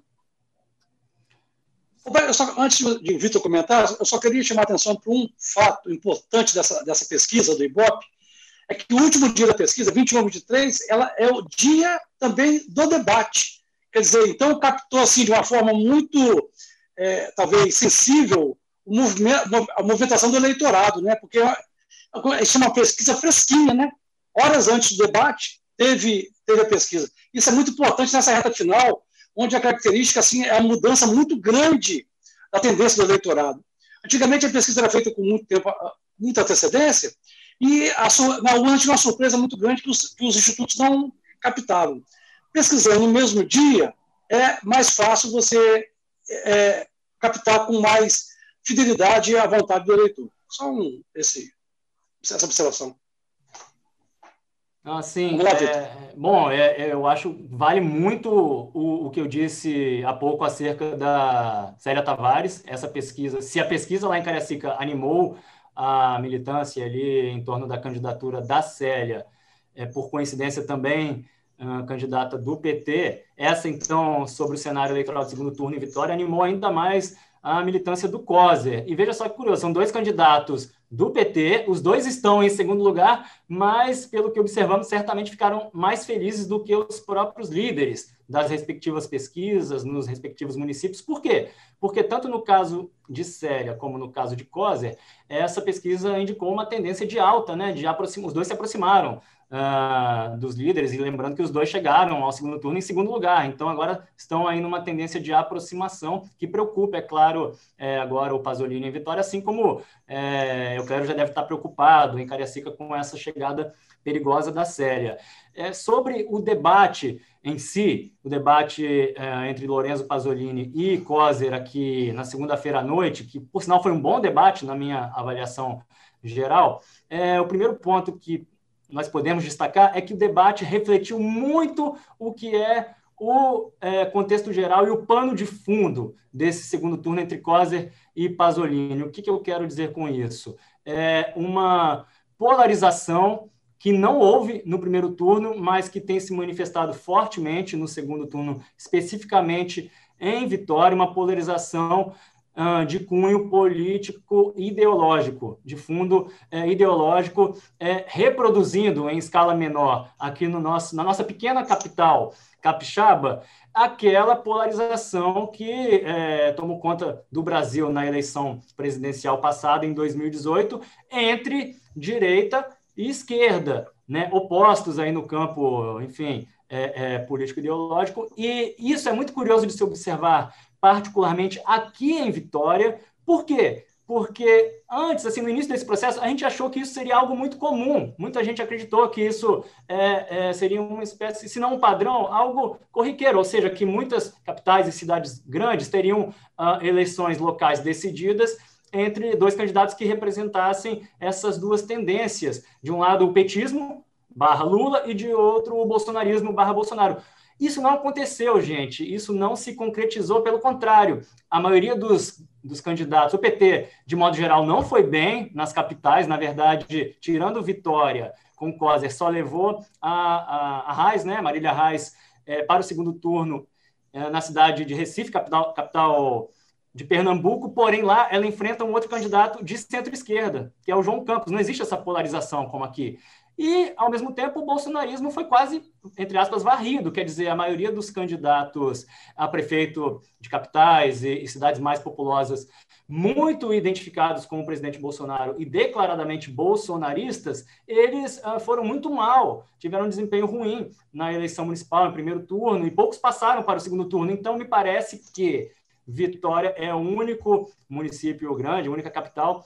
Eu só, antes de o Vitor comentar, eu só queria chamar a atenção para um fato importante dessa, dessa pesquisa do Ibope, é que o último dia da pesquisa, vinte e um a vinte e três, ela é o dia também do debate. Quer dizer, então captou assim, de uma forma muito, é, talvez, sensível o movimento, a movimentação do eleitorado, né? Porque isso é uma pesquisa fresquinha, né? Horas antes do debate, teve, teve a pesquisa. Isso é muito importante nessa reta final, onde a característica assim, é a mudança muito grande da tendência do eleitorado. Antigamente, a pesquisa era feita com muito tempo, muita antecedência, E a, na U A N tinha uma surpresa muito grande que os, que os institutos não captavam. Pesquisando no mesmo dia, é mais fácil você é, captar com mais fidelidade à vontade do eleitor. Só um, esse, essa observação. Assim, é, bom, é, é, eu acho que vale muito o, o que eu disse há pouco acerca da Célia Tavares, essa pesquisa. Se a pesquisa lá em Cariacica animou a militância ali em torno da candidatura da Célia, é, por coincidência também a candidata do P T, essa então sobre o cenário eleitoral de segundo turno em Vitória animou ainda mais a militância do Coser. E veja só que curioso, são dois candidatos do P T, os dois estão em segundo lugar, mas, pelo que observamos, certamente ficaram mais felizes do que os próprios líderes das respectivas pesquisas, nos respectivos municípios. Por quê? Porque tanto no caso de Célia como no caso de Coser, essa pesquisa indicou uma tendência de alta, né? De aproxima, os dois se aproximaram uh, dos líderes, e lembrando que os dois chegaram ao segundo turno em segundo lugar, então agora estão aí numa tendência de aproximação que preocupa, é claro, é, agora o Pasolini em Vitória, assim como é, eu quero já deve estar preocupado em Cariacica com essa chegada perigosa da Célia. É, sobre o debate em si, o debate é, entre Lorenzo Pasolini e Coser aqui na segunda-feira à noite, que por sinal foi um bom debate na minha avaliação geral, é, o primeiro ponto que nós podemos destacar é que o debate refletiu muito o que é o é, contexto geral e o pano de fundo desse segundo turno entre Coser e Pasolini. O que, que eu quero dizer com isso? É uma polarização que não houve no primeiro turno, mas que tem se manifestado fortemente no segundo turno, especificamente em Vitória, uma polarização uh, de cunho político ideológico, de fundo uh, ideológico, uh, reproduzindo em escala menor, aqui no nosso, na nossa pequena capital, capixaba, aquela polarização que uh, tomou conta do Brasil na eleição presidencial passada, em dois mil e dezoito, entre direita e esquerda, né, opostos aí no campo, enfim, é, é, político-ideológico, e isso é muito curioso de se observar, particularmente aqui em Vitória. Por quê? Porque antes, assim, no início desse processo, a gente achou que isso seria algo muito comum, muita gente acreditou que isso é, é, seria uma espécie, se não um padrão, algo corriqueiro, ou seja, que muitas capitais e cidades grandes teriam uh, eleições locais decididas entre dois candidatos que representassem essas duas tendências. De um lado, o petismo, barra Lula, e de outro, o bolsonarismo, barra Bolsonaro. Isso não aconteceu, gente. Isso não se concretizou, pelo contrário. A maioria dos, dos candidatos, o P T, de modo geral, não foi bem nas capitais. Na verdade, tirando Vitória com Coser, só levou a, a, a Reis, né, Marília Reis, é, para o segundo turno é, na cidade de Recife, capital, capital de Pernambuco, porém lá ela enfrenta um outro candidato de centro-esquerda, que é o João Campos. Não existe essa polarização como aqui. E, ao mesmo tempo, o bolsonarismo foi quase, entre aspas, varrido, quer dizer, a maioria dos candidatos a prefeito de capitais e, e cidades mais populosas, muito identificados com o presidente Bolsonaro e declaradamente bolsonaristas, eles ah, foram muito mal, tiveram um desempenho ruim na eleição municipal, em primeiro turno, e poucos passaram para o segundo turno. Então, me parece que Vitória é o único município grande, a única capital,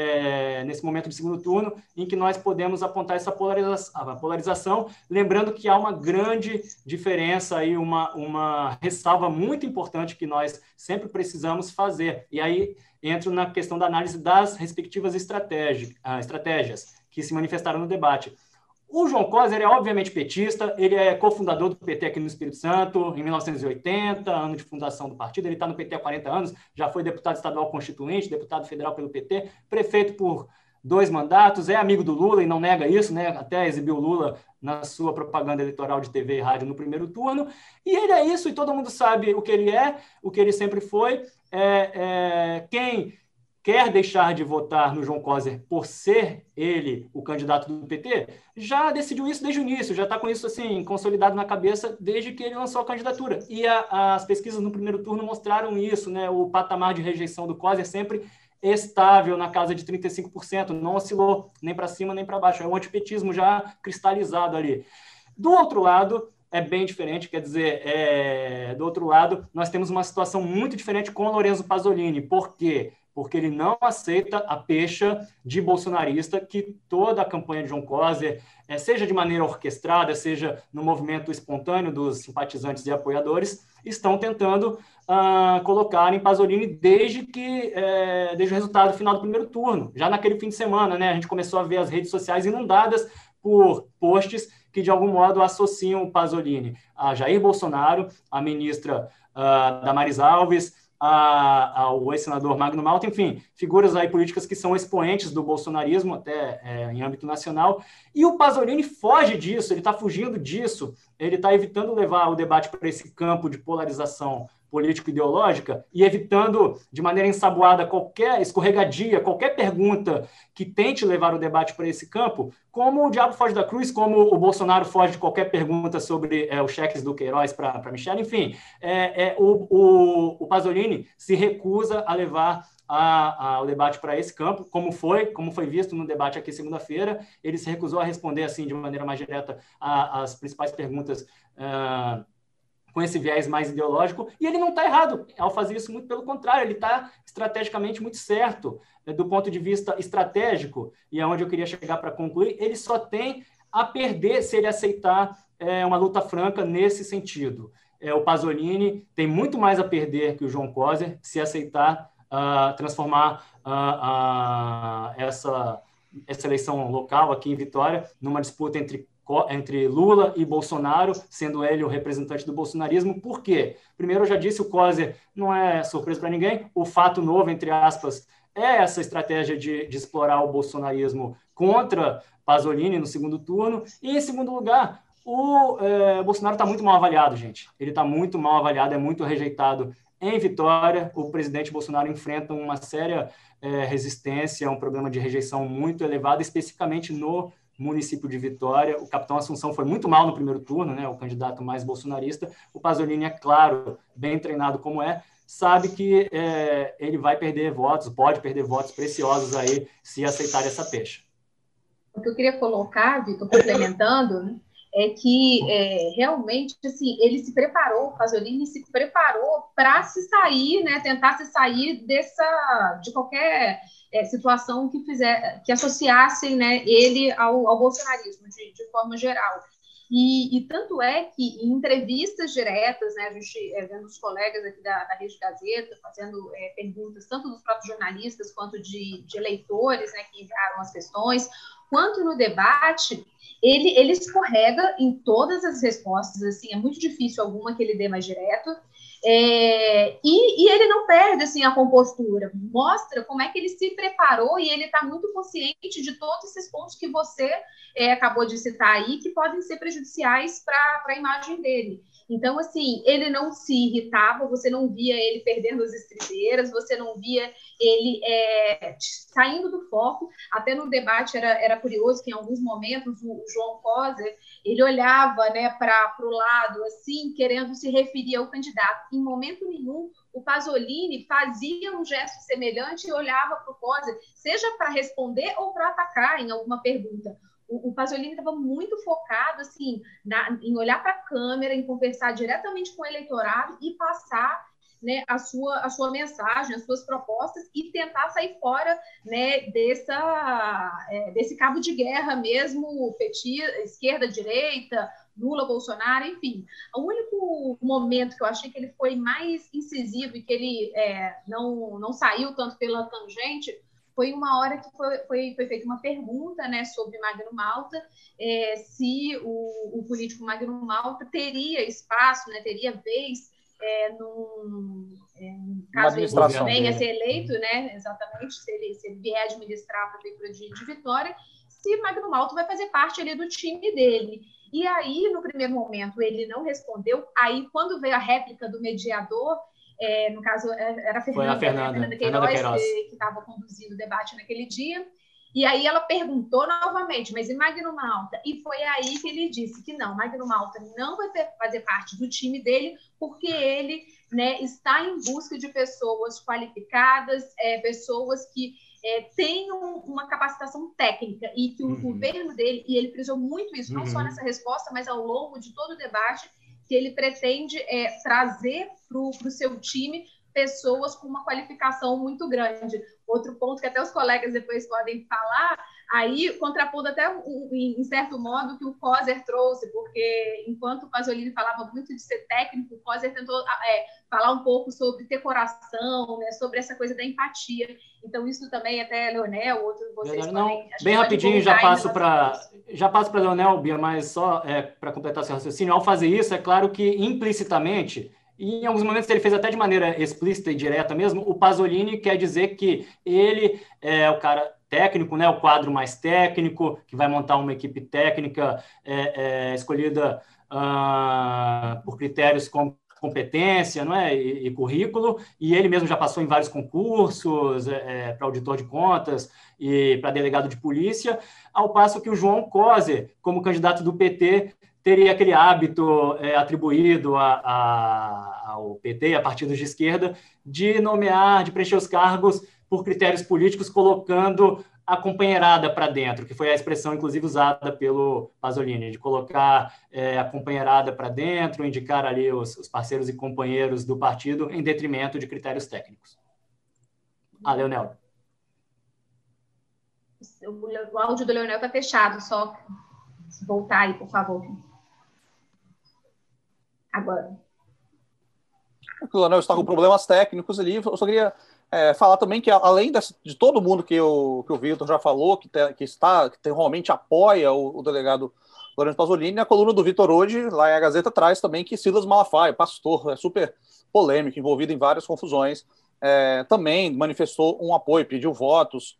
é, nesse momento de segundo turno, em que nós podemos apontar essa polarização, polarização, lembrando que há uma grande diferença, aí, uma, uma ressalva muito importante que nós sempre precisamos fazer. E aí entro na questão da análise das respectivas estratégias, estratégias que se manifestaram no debate. O João Coser é obviamente petista, ele é cofundador do P T aqui no Espírito Santo, em mil novecentos e oitenta, ano de fundação do partido. Ele está no P T há quarenta anos, já foi deputado estadual constituinte, deputado federal pelo P T, prefeito por dois mandatos, é amigo do Lula e não nega isso, né? Até exibiu o Lula na sua propaganda eleitoral de T V e rádio no primeiro turno. E ele é isso, e todo mundo sabe o que ele é, o que ele sempre foi. É, é, quem quer deixar de votar no João Coser por ser ele o candidato do P T, já decidiu isso desde o início, já está com isso assim consolidado na cabeça desde que ele lançou a candidatura. E a, as pesquisas no primeiro turno mostraram isso, né? O patamar de rejeição do Coser sempre estável na casa de trinta e cinco por cento, não oscilou nem para cima nem para baixo, é um antipetismo já cristalizado ali. Do outro lado, é bem diferente, quer dizer, é, do outro lado, nós temos uma situação muito diferente com o Lorenzo Pasolini. Por quê? porque ele não aceita a pecha de bolsonarista que toda a campanha de João Coser, é, seja de maneira orquestrada, seja no movimento espontâneo dos simpatizantes e apoiadores, estão tentando uh, colocar em Pasolini desde, que, é, desde o resultado final do primeiro turno. Já naquele fim de semana, né, a gente começou a ver as redes sociais inundadas por posts que, de algum modo, associam o Pasolini a Jair Bolsonaro, a ministra uh, Damares Alves, a, ao ex-senador Magno Malta, enfim, figuras aí políticas que são expoentes do bolsonarismo, até é, em âmbito nacional. E o Pasolini foge disso, ele está fugindo disso, ele está evitando levar o debate para esse campo de polarização político-ideológica e evitando, de maneira ensaboada, qualquer escorregadia, qualquer pergunta que tente levar o debate para esse campo, como o diabo foge da cruz, como o Bolsonaro foge de qualquer pergunta sobre é, os cheques do Queiroz para Michel, enfim, é, é, o, o, o Pasolini se recusa a levar a, a, o debate para esse campo, como foi, como foi visto no debate aqui segunda-feira, ele se recusou a responder assim de maneira mais direta às principais perguntas uh, com esse viés mais ideológico, e ele não está errado ao fazer isso, muito pelo contrário, ele está estrategicamente muito certo, né, do ponto de vista estratégico, e é onde eu queria chegar para concluir, ele só tem a perder se ele aceitar é, uma luta franca nesse sentido. É, o Pasolini tem muito mais a perder que o João Coser se aceitar uh, transformar uh, uh, essa, essa eleição local aqui em Vitória numa disputa entre entre Lula e Bolsonaro, sendo ele o representante do bolsonarismo. Por quê? Primeiro, eu já disse, o Coser não é surpresa para ninguém. O fato novo, entre aspas, é essa estratégia de, de explorar o bolsonarismo contra Pasolini no segundo turno. E, em segundo lugar, o é, Bolsonaro está muito mal avaliado, gente. Ele está muito mal avaliado, é muito rejeitado em Vitória. O presidente Bolsonaro enfrenta uma séria é, resistência, um problema de rejeição muito elevado, especificamente no município de Vitória. O capitão Assunção foi muito mal no primeiro turno, né, o candidato mais bolsonarista. O Pasolini, é claro, bem treinado como é, sabe que é, ele vai perder votos, pode perder votos preciosos aí se aceitar essa pecha. O que eu queria colocar, Vitor, complementando, é que é, realmente assim, ele se preparou, o Pasolini se preparou para se sair, né, tentar se sair dessa, de qualquer é, situação que fizer, que associassem, né, ele ao, ao bolsonarismo de, de forma geral. E, e tanto é que em entrevistas diretas, né, a gente é, vendo os colegas aqui da, da Rede Gazeta fazendo é, perguntas tanto dos próprios jornalistas quanto de, de eleitores, né, que enviaram as questões, quanto no debate, ele, ele escorrega em todas as respostas, assim, é muito difícil alguma que ele dê mais direto, é, e, e ele não perde, assim, a compostura, mostra como é que ele se preparou e ele está muito consciente de todos esses pontos que você é, acabou de citar aí, que podem ser prejudiciais para a imagem dele. Então, assim, ele não se irritava, você não via ele perdendo as estribeiras, você não via ele é, saindo do foco. Até no debate era, era curioso que, em alguns momentos, o, o João Coser, ele olhava, né, para o lado, assim, querendo se referir ao candidato. Em momento nenhum, o Pasolini fazia um gesto semelhante e olhava para o Coser, seja para responder ou para atacar em alguma pergunta. O, o Pasolini estava muito focado assim, na, em olhar para a câmera, em conversar diretamente com o eleitorado e passar, né, a, sua, a sua mensagem, as suas propostas e tentar sair fora, né, dessa, é, desse cabo de guerra mesmo, petit, esquerda, direita, Lula, Bolsonaro, enfim. O único momento que eu achei que ele foi mais incisivo e que ele é, não, não saiu tanto pela tangente foi uma hora que foi, foi, foi feita uma pergunta, né, sobre Magno Malta, é, se o, o político Magno Malta teria espaço, né, teria vez é, num, é, caso ele venha a ser eleito, né, exatamente, se ele, se ele vier administrar a prefeitura de, de Vitória, se Magno Malta vai fazer parte ali do time dele. E aí, no primeiro momento, ele não respondeu. Aí, quando veio a réplica do mediador, É, no caso, era a Fernanda, a Fernanda, né? Fernanda Fernanda Queiroz, que estava conduzindo o debate naquele dia, e aí ela perguntou novamente, mas e Magno Malta? E foi aí que ele disse que não, Magno Malta não vai ter, fazer parte do time dele, porque ele, né, está em busca de pessoas qualificadas, é, pessoas que é, tenham uma capacitação técnica, e que o uhum. governo dele, e ele frisou muito isso, não uhum. só nessa resposta, mas ao longo de todo o debate, que ele pretende é, trazer para o seu time pessoas com uma qualificação muito grande. Outro ponto que até os colegas depois podem falar, aí contrapondo até um, em certo modo que o Coser trouxe, porque enquanto o Pasolini falava muito de ser técnico, o Coser tentou é, falar um pouco sobre ter coração, né, sobre essa coisa da empatia. Então isso também até Leonel, outros vocês Não, podem... bem rapidinho, já passo para já passo para Leonel, Bia, mas só é, para completar seu raciocínio, ao fazer isso, é claro que implicitamente, e em alguns momentos ele fez até de maneira explícita e direta mesmo, o Pasolini quer dizer que ele é o cara técnico, né, o quadro mais técnico, que vai montar uma equipe técnica é, é, escolhida uh, por critérios como competência, não é? E, e currículo, e ele mesmo já passou em vários concursos é, para auditor de contas e para delegado de polícia, ao passo que o João Coser, como candidato do P T, teria aquele hábito é, atribuído a, a, ao P T, a partidos de esquerda, de nomear, de preencher os cargos por critérios políticos, colocando a companheirada para dentro, que foi a expressão, inclusive, usada pelo Pasolini, de colocar é, a companheirada para dentro, indicar ali os, os parceiros e companheiros do partido em detrimento de critérios técnicos. Ah, Leonel. O áudio do Leonel está fechado, só voltar aí, por favor. Agora. O Leonel está com problemas técnicos ali, eu só queria é, falar também que, além desse, de todo mundo que o, que o Vitor já falou, que, te, que está, que tem, realmente apoia o, o delegado Lourenço Pasolini, a coluna do Vitor hoje, lá em A Gazeta, traz também que Silas Malafaia, pastor, é super polêmico, envolvido em várias confusões, é, também manifestou um apoio, pediu votos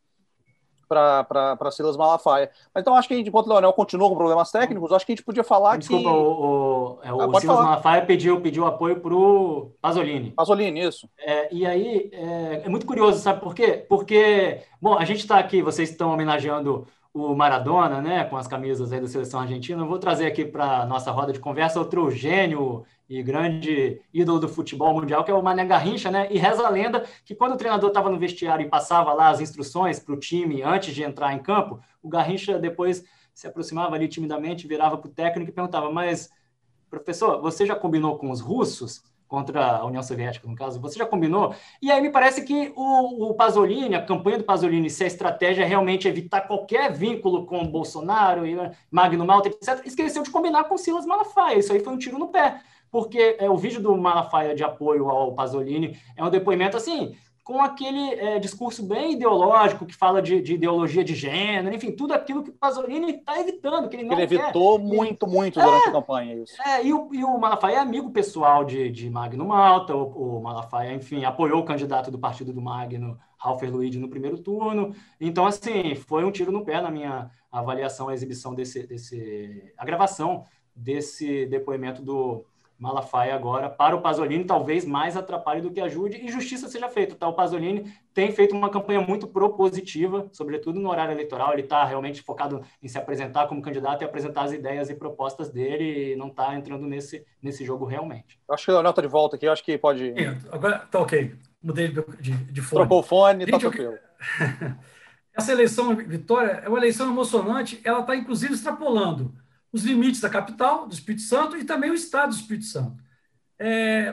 para Silas Malafaia. Então, acho que a gente, enquanto o Leonel continua com problemas técnicos, acho que a gente podia falar Desculpa, que... Desculpa, o, o, é, o ah, Silas falar. Malafaia pediu, pediu apoio para o Pasolini. Pasolini, isso. É, e aí, é, é muito curioso, sabe por quê? Porque, bom, a gente está aqui, vocês estão homenageando o Maradona, né, com as camisas aí da seleção argentina. Eu vou trazer aqui para a nossa roda de conversa outro gênio e grande ídolo do futebol mundial, que é o Mané Garrincha, né? E reza a lenda que quando o treinador estava no vestiário e passava lá as instruções para o time antes de entrar em campo, o Garrincha depois se aproximava ali timidamente, virava para o técnico e perguntava: mas, professor, você já combinou com os russos? Contra a União Soviética, no caso, você já combinou? E aí me parece que o, o Pasolini, a campanha do Pasolini, se a estratégia é realmente evitar qualquer vínculo com o Bolsonaro e Magno Malta, etcétera, esqueceu de combinar com Silas Malafaia. Isso aí foi um tiro no pé, porque é, o vídeo do Malafaia de apoio ao Pasolini é um depoimento assim, com aquele é, discurso bem ideológico, que fala de, de ideologia de gênero, enfim, tudo aquilo que o Pasolini está evitando, que ele não ele quer. evitou muito, muito durante é, a campanha. Isso. É, e, o, e o Malafaia é amigo pessoal de, de Magno Malta, o, o Malafaia, enfim, apoiou o candidato do partido do Magno, Ralfer Luigi, no primeiro turno. Então, assim, foi um tiro no pé na minha avaliação, a exibição desse, desse a gravação desse depoimento do Malafaia agora para o Pasolini, talvez mais atrapalhe do que ajude, e justiça seja feita. Tá? O Pasolini tem feito uma campanha muito propositiva, sobretudo no horário eleitoral. Ele está realmente focado em se apresentar como candidato e apresentar as ideias e propostas dele, e não está entrando nesse, nesse jogo realmente. Eu acho que o Leonel está de volta aqui, eu acho que pode... Agora tá ok, mudei de, de fone. Trocou o fone, Gente, tá tranquilo. Eu... Essa eleição, Vitória, é uma eleição emocionante, ela está inclusive extrapolando os limites da capital, do Espírito Santo, e também o estado do Espírito Santo. É,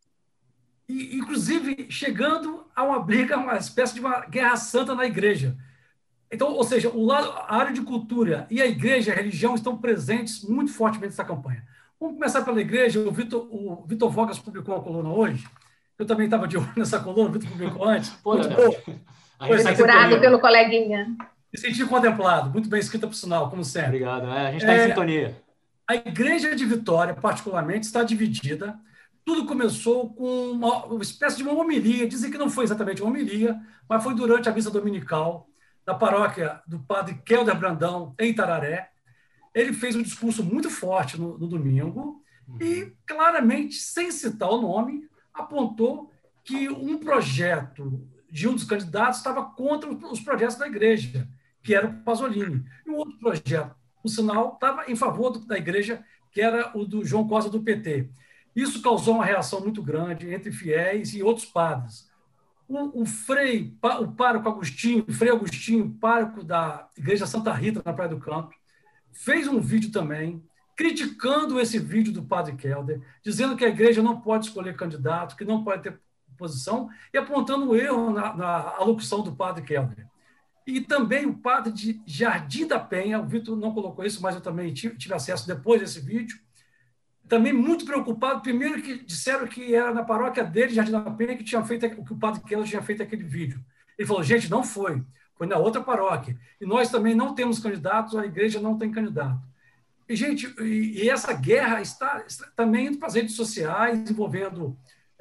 e, inclusive, chegando a uma briga, uma espécie de uma guerra santa na igreja. Então, ou seja, o lado, a área de cultura e a igreja, a religião, estão presentes muito fortemente nessa campanha. Vamos começar pela igreja. O Vitor, o Vitor Vogas publicou uma coluna hoje. Eu também estava de olho nessa coluna, o Vitor publicou antes. Pô, muito boa. Segurado pelo coleguinha. Me senti contemplado, muito bem escrita, por sinal, como sempre. Obrigado, é, a gente está é, em sintonia. A Igreja de Vitória, particularmente, está dividida. Tudo começou com uma, uma espécie de uma homilia, dizem que não foi exatamente uma homilia, mas foi durante a missa dominical da paróquia do padre Kelder Brandão, em Itararé. Ele fez um discurso muito forte no, no domingo uhum. e, claramente, sem citar o nome, apontou que um projeto de um dos candidatos estava contra os projetos da igreja, que era o Pasolini. E um outro projeto, por sinal, estava em favor do, da igreja, que era o do João Costa, do P T. Isso causou uma reação muito grande entre fiéis e outros padres. O, o Frei, o pároco Agostinho, o Frei Agostinho, pároco da Igreja Santa Rita, na Praia do Canto, fez um vídeo também, criticando esse vídeo do padre Kelder, dizendo que a igreja não pode escolher candidato, que não pode ter posição e apontando um erro na, na alocução do padre Kelder. E também o padre de Jardim da Penha, o Vitor não colocou isso, mas eu também tive, tive acesso depois desse vídeo, também muito preocupado, primeiro que disseram que era na paróquia dele, Jardim da Penha, que tinha feito que o padre Kelder tinha feito aquele vídeo. Ele falou, gente, não foi, foi na outra paróquia. E nós também não temos candidatos, a igreja não tem candidato. E, gente, e, e essa guerra está, está também indo para as redes sociais, envolvendo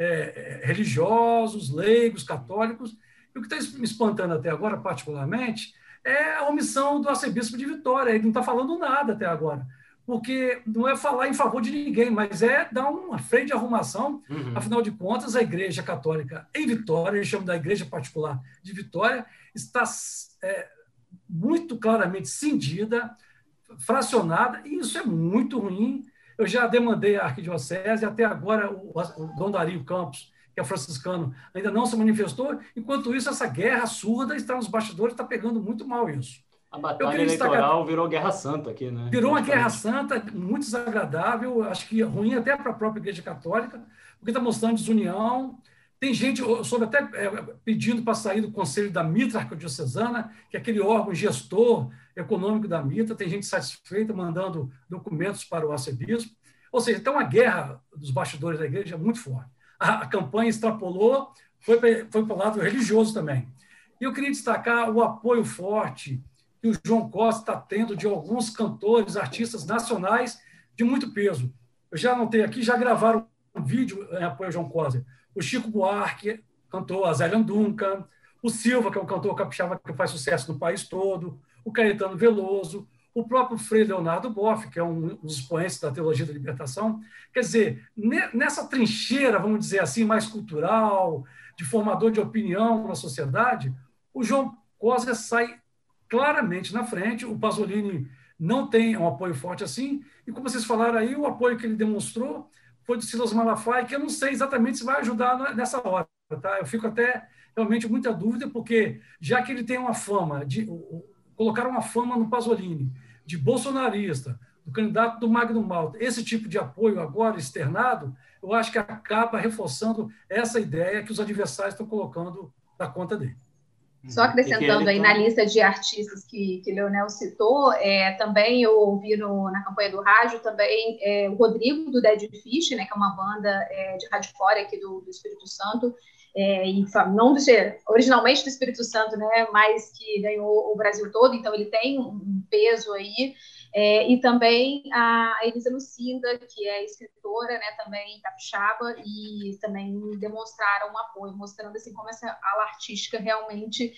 é, religiosos, leigos, católicos. E o que está me espantando até agora, particularmente, é a omissão do arcebispo de Vitória. Ele não está falando nada até agora. Porque não é falar em favor de ninguém, mas é dar uma freio de arrumação. Uhum. Afinal de contas, a Igreja Católica em Vitória, eles chamam da Igreja Particular de Vitória, está é, muito claramente cindida, fracionada, e isso é muito ruim. Eu já demandei à Arquidiocese, até agora o, o Dom Dario Campos, que é franciscano, ainda não se manifestou. Enquanto isso, essa guerra surda está nos bastidores, está pegando muito mal isso. A batalha eleitoral destacar... virou guerra santa aqui, né? Virou uma guerra santa muito desagradável, acho que ruim até para a própria Igreja Católica, porque está mostrando desunião. Tem gente, eu soube até é, pedindo para sair do Conselho da Mitra Arquidiocesana, que é aquele órgão gestor econômico da Mitra, tem gente satisfeita, mandando documentos para o arcebispo. Ou seja, tem uma guerra dos bastidores da igreja muito forte. A, a campanha extrapolou, foi, foi para o lado religioso também. E eu queria destacar o apoio forte que o João Costa está tendo de alguns cantores, artistas nacionais de muito peso. Eu já anotei aqui, já gravaram um vídeo em apoio ao João Costa. O Chico Buarque cantou a Zélia Duncan, o Silva, que é um cantor capixaba que faz sucesso no país todo, o Caetano Veloso, o próprio Frei Leonardo Boff, que é um dos expoentes da teologia da libertação. Quer dizer, nessa trincheira, vamos dizer assim, mais cultural, de formador de opinião na sociedade, o João Costa sai claramente na frente. O Pasolini não tem um apoio forte assim, e como vocês falaram aí, o apoio que ele demonstrou foi do Silas Malafaia, que eu não sei exatamente se vai ajudar nessa hora. Tá? Eu fico até realmente muita dúvida, porque já que ele tem uma fama, de colocar uma fama no Pasolini, de bolsonarista, do candidato do Magno Malta, esse tipo de apoio agora externado, eu acho que acaba reforçando essa ideia que os adversários estão colocando na conta dele. Só acrescentando aí na lista de artistas que, que Leonel citou, é, também eu ouvi no, na campanha do rádio também é, o Rodrigo, do Dead Fish, né, que é uma banda é, de hardcore aqui do, do Espírito Santo, é, e não do, originalmente do Espírito Santo, né, mas que ganhou o Brasil todo, então ele tem um peso aí. É, e também a Elisa Lucinda, que é escritora, né, também capixaba, e também demonstraram um apoio, mostrando assim, como essa ala artística realmente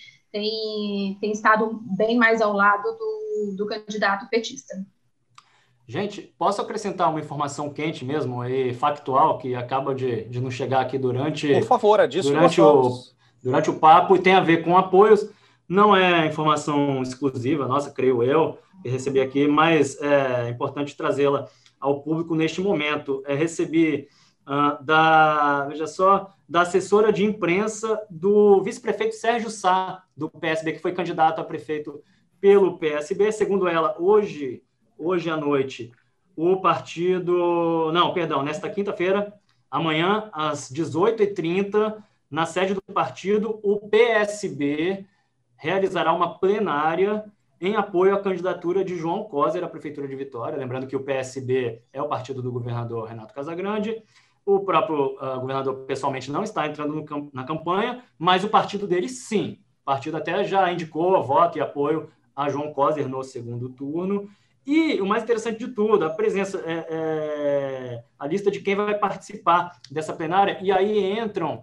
tem, tem estado bem mais ao lado do, do candidato petista. Gente, posso acrescentar uma informação quente mesmo e factual, que acaba de, de nos chegar aqui durante, Por favor, é disso durante, o, durante o papo, e tem a ver com apoios. Não é informação exclusiva, nossa, creio eu, que recebi aqui, mas é importante trazê-la ao público neste momento. É, recebi uh, da, veja só, da assessora de imprensa do vice-prefeito Sérgio Sá, do P S B, que foi candidato a prefeito pelo P S B. Segundo ela, hoje, hoje à noite, o partido... Não, perdão, nesta quinta-feira, amanhã, às dezoito e trinta, na sede do partido, o P S B realizará uma plenária em apoio à candidatura de João Coser à Prefeitura de Vitória. Lembrando que o P S B é o partido do governador Renato Casagrande. O próprio uh, governador pessoalmente não está entrando no, na campanha, mas o partido dele sim. O partido até já indicou voto e apoio a João Coser no segundo turno. E o mais interessante de tudo, a presença, é, é, a lista de quem vai participar dessa plenária, e aí entram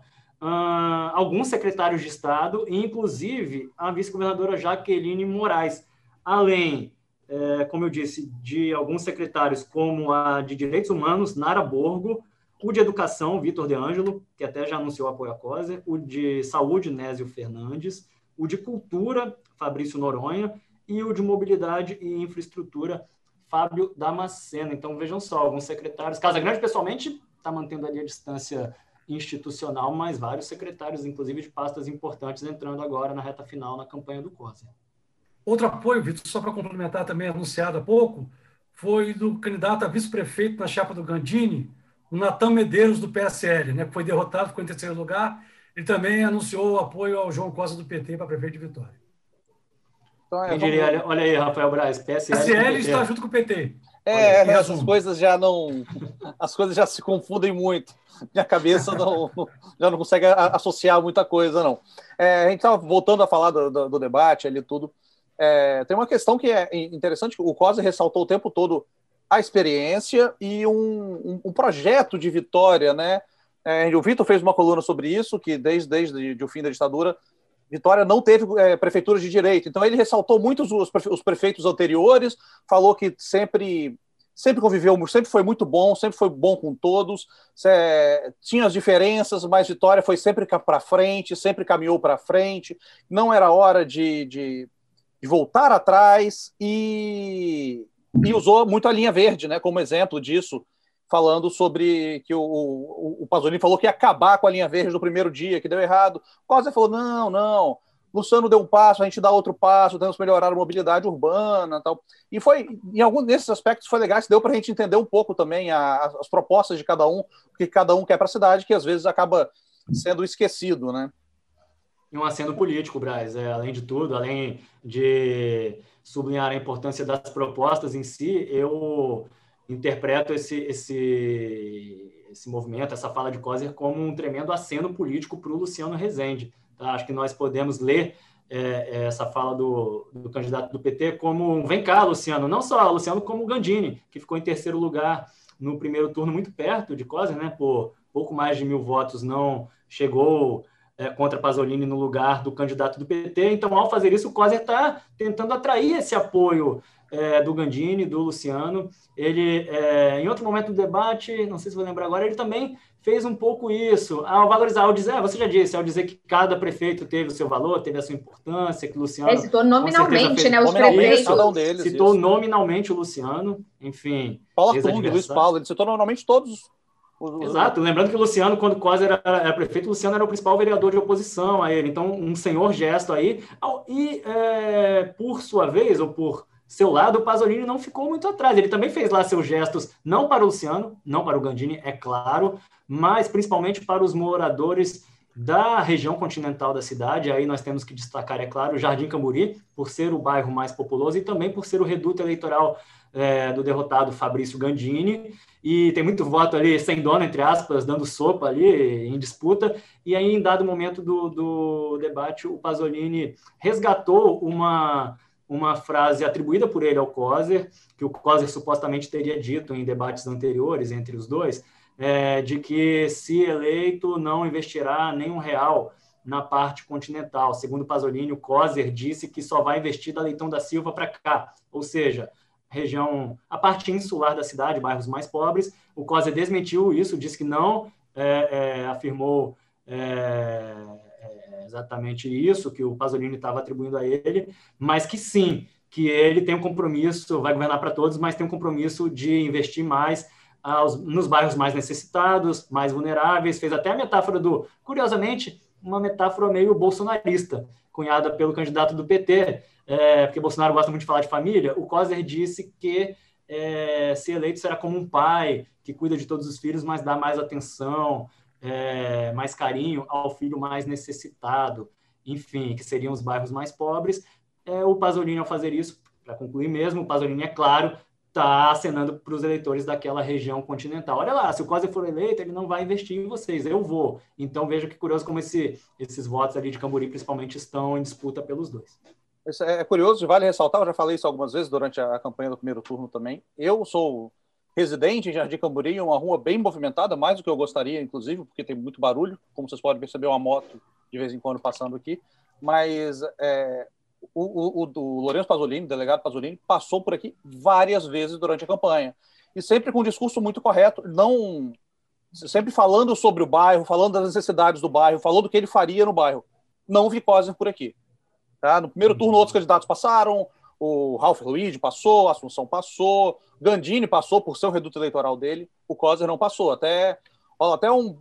Uh, alguns secretários de Estado, inclusive a vice-governadora Jaqueline Moraes, além, é, como eu disse, de alguns secretários como a de Direitos Humanos, Nara Borgo, o de Educação, Vitor De Ângelo, que até já anunciou apoio à Coser, o de Saúde, Nésio Fernandes, o de Cultura, Fabrício Noronha, e o de Mobilidade e Infraestrutura, Fábio Damasceno. Então, vejam só, alguns secretários. Casagrande, pessoalmente, está mantendo ali a distância institucional, mas vários secretários, inclusive de pastas importantes, entrando agora na reta final na campanha do Coser. Outro apoio, Vitor, só para complementar também, anunciado há pouco, foi do candidato a vice-prefeito na chapa do Gandini, o Natan Medeiros, do P S L, né, que foi derrotado, ficou em terceiro lugar. Ele também anunciou o apoio ao João Costa do P T para prefeito de Vitória. Então, é, Quem vamos... diria, olha, olha aí, Rafael Braz, P S L, P S L com P T. está junto com o P T. É, Olha, né, essas coisas já não... As coisas já se confundem muito. Minha cabeça não, já não consegue associar muita coisa, não. É, a gente estava voltando a falar do, do, do debate ali tudo. É, tem uma questão que é interessante, o Coser ressaltou o tempo todo a experiência e um, um, um projeto de Vitória, né? É, o Vitor fez uma coluna sobre isso, que desde, desde de, o fim da ditadura, Vitória não teve é, prefeitura de direito. Então ele ressaltou muito os, os prefeitos anteriores, falou que sempre, sempre conviveu, sempre foi muito bom, sempre foi bom com todos, é, tinha as diferenças, mas Vitória foi sempre para frente, sempre caminhou para frente, não era hora de, de, de voltar atrás e, e usou muito a linha verde, né, como exemplo disso, falando sobre que o, o, o Pasolini falou que ia acabar com a linha verde no primeiro dia, que deu errado. O Coser falou, não, não, Luciano deu um passo, a gente dá outro passo, temos que melhorar a mobilidade urbana. Tal. E foi, em alguns desses aspectos foi legal, deu para a gente entender um pouco também a, as propostas de cada um, o que cada um quer para a cidade, que às vezes acaba sendo esquecido, né? E um aceno político, Braz, é, além de tudo, além de sublinhar a importância das propostas em si, eu interpreto esse, esse, esse movimento, essa fala de Coser, como um tremendo aceno político para o Luciano Rezende. Tá? Acho que nós podemos ler é, essa fala do, do candidato do P T como um vem cá, Luciano, não só Luciano, como o Gandini, que ficou em terceiro lugar no primeiro turno, muito perto de Coser, né? Por pouco mais de mil votos, não chegou é, contra Pasolini no lugar do candidato do P T. Então, ao fazer isso, o Coser está tentando atrair esse apoio É, do Gandini, do Luciano. Ele, é, em outro momento do debate, não sei se vou lembrar agora, ele também fez um pouco isso, ao valorizar, ao dizer, ah, você já disse, ao dizer que cada prefeito teve o seu valor, teve a sua importância, que o Luciano... Ele citou nominalmente, fez, né, os nominalmente, prefeitos. Cada um deles, citou isso. nominalmente o Luciano, enfim... Paulo Artung, Luiz Paulo, ele citou nominalmente todos os... Exato, lembrando que o Luciano, quando Coser era, era prefeito, o Luciano era o principal vereador de oposição a ele, então um senhor gesto aí, e é, por sua vez, ou por seu lado, o Pasolini não ficou muito atrás. Ele também fez lá seus gestos, não para o Luciano, não para o Gandini, é claro, mas principalmente para os moradores da região continental da cidade. Aí nós temos que destacar, é claro, o Jardim Camburi, por ser o bairro mais populoso e também por ser o reduto eleitoral é, do derrotado Fabrício Gandini. E tem muito voto ali, sem dono, entre aspas, dando sopa ali em disputa. E aí, em dado momento do, do debate, o Pasolini resgatou uma... uma frase atribuída por ele ao Coser, que o Coser supostamente teria dito em debates anteriores entre os dois, é, de que, se eleito, não investirá nenhum real na parte continental. Segundo Pasolini, o Coser disse que só vai investir da Leitão da Silva para cá, ou seja, região, a parte insular da cidade, bairros mais pobres. O Coser desmentiu isso, disse que não, é, é, afirmou... É, exatamente isso que o Pasolini estava atribuindo a ele, mas que sim, que ele tem um compromisso, vai governar para todos, mas tem um compromisso de investir mais aos, nos bairros mais necessitados, mais vulneráveis. Fez até a metáfora do, curiosamente, uma metáfora meio bolsonarista, cunhada pelo candidato do P T, é, porque Bolsonaro gosta muito de falar de família. O Coser disse que é, ser eleito será como um pai que cuida de todos os filhos, mas dá mais atenção, É, mais carinho ao filho mais necessitado, enfim, que seriam os bairros mais pobres. É, o Pasolini, ao fazer isso, para concluir mesmo, o Pasolini, é claro, está acenando para os eleitores daquela região continental. Olha lá, se o Coser for eleito, ele não vai investir em vocês, eu vou. Então, veja que curioso como esse, esses votos ali de Camburi, principalmente, estão em disputa pelos dois. Isso é curioso, vale ressaltar, eu já falei isso algumas vezes durante a campanha do primeiro turno também. Eu sou residente em Jardim Camburi, uma rua bem movimentada, mais do que eu gostaria, inclusive, porque tem muito barulho, como vocês podem perceber, uma moto de vez em quando passando aqui, mas é, o, o, o Lourenço Pasolini, o delegado Pasolini, passou por aqui várias vezes durante a campanha, e sempre com um discurso muito correto, não, sempre falando sobre o bairro, falando das necessidades do bairro, falando do que ele faria no bairro. Não vi Coser por aqui. Tá? No primeiro turno, outros candidatos passaram, o Ralph Luiz passou, a Assunção passou, Gandini passou por ser o reduto eleitoral dele, o Coser não passou. Até, ó, até um...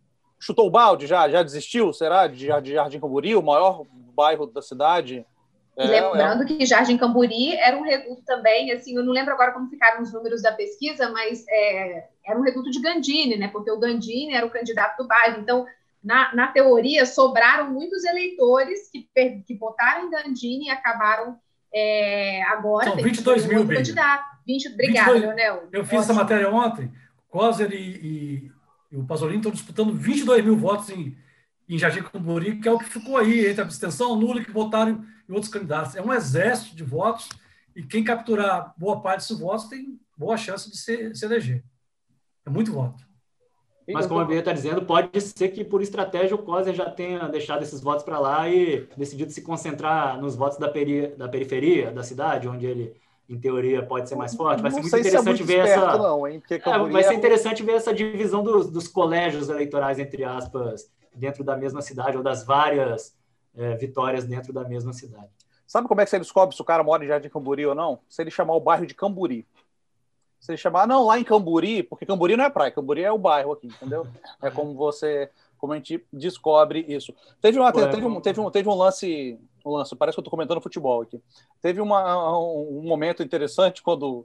chutou o balde, já, já desistiu, será? De, de Jardim Camburi, o maior bairro da cidade, E lembrando é, é. que Jardim Camburi era um reduto também, assim, eu não lembro agora como ficaram os números da pesquisa, mas é, era um reduto de Gandini, né? Porque o Gandini era o candidato do bairro. Então, na, na teoria, sobraram muitos eleitores que, que votaram em Gandini e acabaram é, agora... São vinte e dois mil, candidato. vinte, obrigada, Leonel. Eu fiz Ótimo. essa matéria ontem, Coser e, e, e o Pasolini estão disputando vinte e dois mil votos em, em Jardim Camburi, que é o que ficou aí entre a abstenção, nula, que votaram em outros candidatos. É um exército de votos e quem capturar boa parte desses votos tem boa chance de se, se eleger. É muito voto. Mas, como a Bia está dizendo, pode ser que, por estratégia, o Coser já tenha deixado esses votos para lá e decidido se concentrar nos votos da, peri da periferia da cidade, onde ele, em teoria, pode ser mais forte. Vai ser muito interessante é muito ver esperto, essa. Não, hein? É, vai ser interessante ver essa divisão dos, dos colégios eleitorais, entre aspas, dentro da mesma cidade, ou das várias é, vitórias dentro da mesma cidade. Sabe como é que você descobre se o cara mora em Jardim Camburi ou não? Se ele chamar o bairro de Camburi. Se ele chamar, não, lá em Camburi, porque Camburi não é praia, Camburi é o bairro aqui, entendeu? É como você, como a gente descobre isso. Teve, uma, Ué, teve, um, teve, um, teve um lance, um lance, parece que eu estou comentando futebol aqui. Teve uma, um momento interessante quando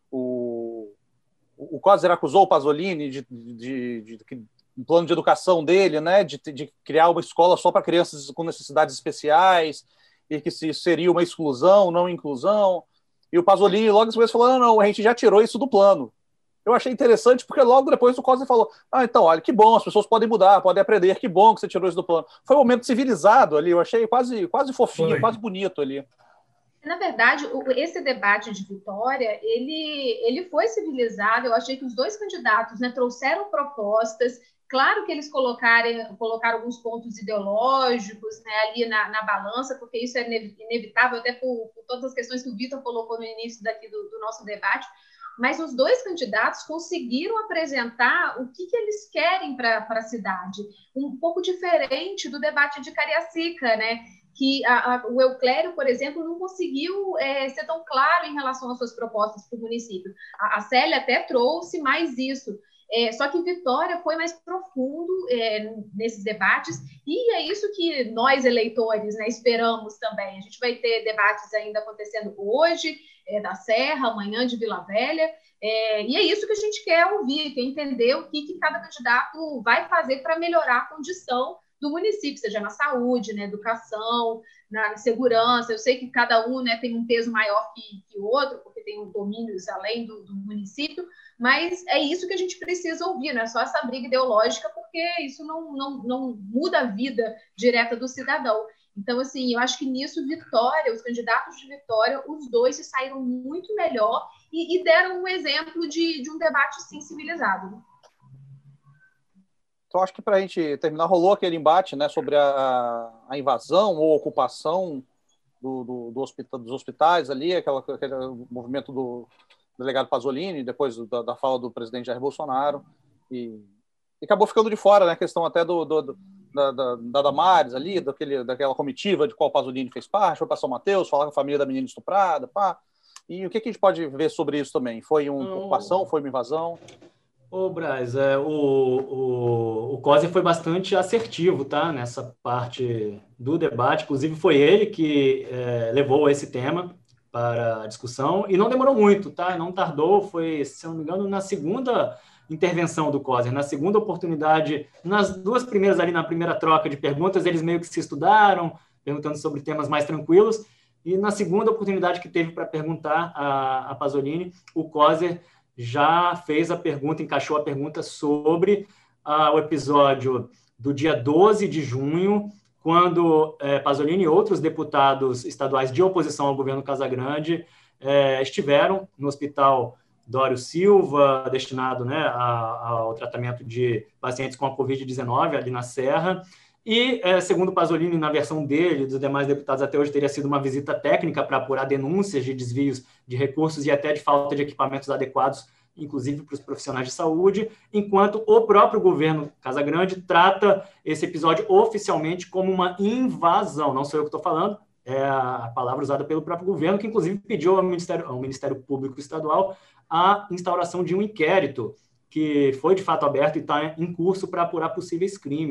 o, o Coser acusou o Pasolini de, de, de, de, de um plano de educação dele, né, de, de criar uma escola só para crianças com necessidades especiais, e que se seria uma exclusão, não inclusão. E o Pasolini logo depois falou, não, não, a gente já tirou isso do plano. Eu achei interessante, porque logo depois o Coser falou, ah, então, olha, que bom, as pessoas podem mudar, podem aprender, que bom que você tirou isso do plano. Foi um momento civilizado ali, eu achei quase, quase fofinho, Foi. quase bonito ali. Na verdade, esse debate de Vitória, ele, ele foi civilizado, eu achei que os dois candidatos, né, trouxeram propostas. Claro que eles colocaram, colocaram alguns pontos ideológicos, né, ali na, na balança, porque isso é inevitável, até por, por todas as questões que o Vitor colocou no início daqui do, do nosso debate, mas os dois candidatos conseguiram apresentar o que, que eles querem para a cidade, um pouco diferente do debate de Cariacica, né? Que a, a, o Euclério, por exemplo, não conseguiu é, ser tão claro em relação às suas propostas para o município. A, a Célia até trouxe mais isso. É, só que Vitória foi mais profundo é, nesses debates, e é isso que nós, eleitores, né, esperamos também. A gente vai ter debates ainda acontecendo hoje, é, da Serra, amanhã de Vila Velha, é, e é isso que a gente quer ouvir, quer entender o que, que cada candidato vai fazer para melhorar a condição do município, seja na saúde, na educação, na segurança. Eu sei que cada um, né, tem um peso maior que, que o outro, porque tem domínios além do, do município, mas é isso que a gente precisa ouvir, não é só essa briga ideológica, porque isso não, não, não muda a vida direta do cidadão. Então, assim, eu acho que nisso, Vitória, os candidatos de Vitória, os dois se saíram muito melhor e, e deram um exemplo de, de um debate, sim, civilizado. Então, acho que para a gente terminar, rolou aquele embate, né, sobre a, a invasão ou ocupação do, do, do hospital, dos hospitais ali, aquela, aquele movimento do delegado Pasolini, depois da, da fala do presidente Jair Bolsonaro, e, e acabou ficando de fora, né, a questão até do, do, do, da, da, da Damares ali, daquele, daquela comitiva de qual o Pasolini fez parte, foi para São Mateus, falar com a família da menina estuprada, pá. E o que, que a gente pode ver sobre isso também? Foi uma ocupação, foi uma invasão? Ô, Braz, é, o, o, o Coser foi bastante assertivo, tá, nessa parte do debate. Inclusive, foi ele que é, levou esse tema para a discussão, e não demorou muito, tá? Não tardou, foi, se não me engano, na segunda intervenção do Coser, na segunda oportunidade, nas duas primeiras ali, na primeira troca de perguntas, eles meio que se estudaram, perguntando sobre temas mais tranquilos, e na segunda oportunidade que teve para perguntar a, a Pasolini, o Coser já fez a pergunta, encaixou a pergunta sobre ah, o episódio do dia doze de junho, quando eh, Pasolini e outros deputados estaduais de oposição ao governo Casagrande eh, estiveram no hospital Dório Silva, destinado, né, a, ao tratamento de pacientes com a covid dezenove, ali na Serra, e, eh, segundo Pasolini, na versão dele e dos demais deputados até hoje, teria sido uma visita técnica para apurar denúncias de desvios de recursos e até de falta de equipamentos adequados, inclusive para os profissionais de saúde, enquanto o próprio governo Casagrande trata esse episódio oficialmente como uma invasão. Não sou eu que estou falando, é a palavra usada pelo próprio governo, que inclusive pediu ao Ministério, ao Ministério Público Estadual a instauração de um inquérito que foi de fato aberto e está em curso para apurar possíveis crimes.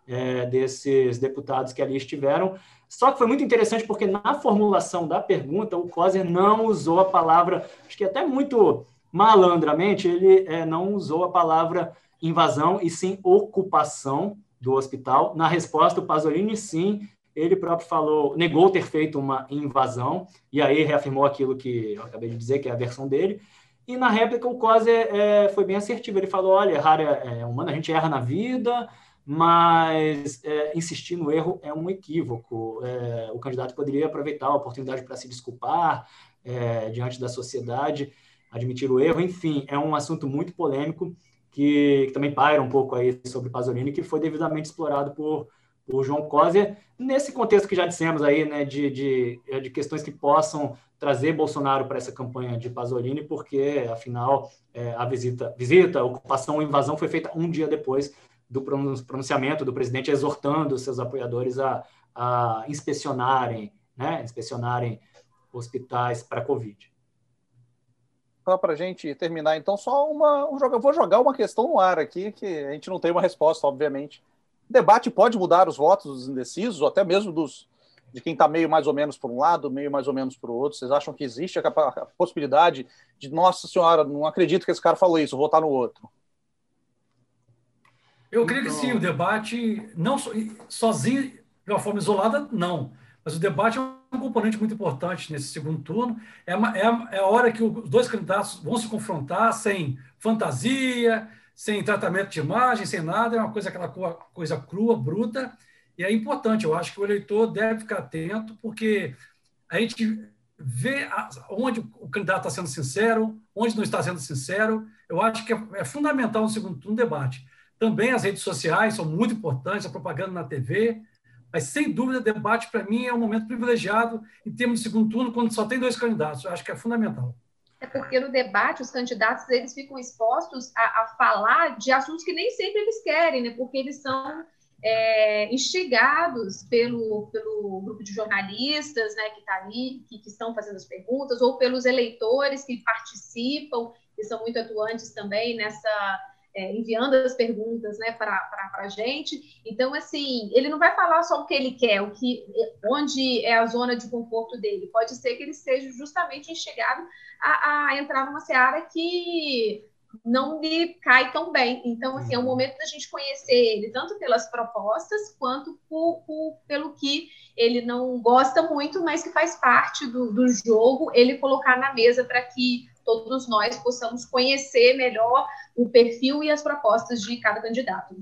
é, desses deputados que ali estiveram. Só que foi muito interessante porque na formulação da pergunta o Coser não usou a palavra, acho que até muito malandramente, ele é, não usou a palavra invasão e sim ocupação do hospital. Na resposta, o Pasolini, sim, ele próprio falou, negou ter feito uma invasão, e aí reafirmou aquilo que eu acabei de dizer, que é a versão dele. E na réplica, o Coser é, foi bem assertivo. Ele falou, olha, errar é, é humano, a gente erra na vida, mas é, insistir no erro é um equívoco. É, o candidato poderia aproveitar a oportunidade para se desculpar é, diante da sociedade, admitir o erro. Enfim, é um assunto muito polêmico que, que também paira um pouco aí sobre Pasolini, que foi devidamente explorado por, por João Coser, nesse contexto que já dissemos aí, né, de, de, de questões que possam trazer Bolsonaro para essa campanha de Pasolini, porque, afinal, é, a visita, visita, ocupação ou invasão foi feita um dia depois do pronunciamento do presidente exortando seus apoiadores a, a inspecionarem, né, inspecionarem hospitais para Covid. Só para a gente terminar, então, só uma... Um jogo, eu vou jogar uma questão no ar aqui, que a gente não tem uma resposta, obviamente. O debate pode mudar os votos dos indecisos, ou até mesmo dos, de quem está meio mais ou menos por um lado, meio mais ou menos para o outro. Vocês acham que existe a, a possibilidade de, nossa senhora, não acredito que esse cara falou isso, vou votar no outro? Eu creio que sim, o debate, não so, sozinho, de uma forma isolada, não. Mas o debate é um componente muito importante nesse segundo turno. É, uma, é, a, é a hora que os dois candidatos vão se confrontar sem fantasia, sem tratamento de imagem, sem nada. É uma coisa, aquela coisa crua, bruta. E é importante, eu acho que o eleitor deve ficar atento, porque a gente vê onde o candidato está sendo sincero, onde não está sendo sincero. Eu acho que é, é fundamental no segundo turno o debate. Também as redes sociais são muito importantes, a propaganda na T V, mas, sem dúvida, o debate, para mim, é um momento privilegiado em termos de segundo turno, quando só tem dois candidatos. Eu acho que é fundamental. É porque, no debate, os candidatos eles ficam expostos a, a falar de assuntos que nem sempre eles querem, né? Porque eles são é, instigados pelo, pelo grupo de jornalistas, né, que está ali, que, que estão fazendo as perguntas, ou pelos eleitores que participam, que são muito atuantes também nessa... É, enviando as perguntas, né, para a gente. Então, assim, ele não vai falar só o que ele quer, o que, onde é a zona de conforto dele. Pode ser que ele seja justamente instigado a, a entrar numa seara que não lhe cai tão bem. Então, assim, é um momento da gente conhecer ele, tanto pelas propostas, quanto por, por, pelo que ele não gosta muito, mas que faz parte do, do jogo, ele colocar na mesa para que todos nós possamos conhecer melhor o perfil e as propostas de cada candidato.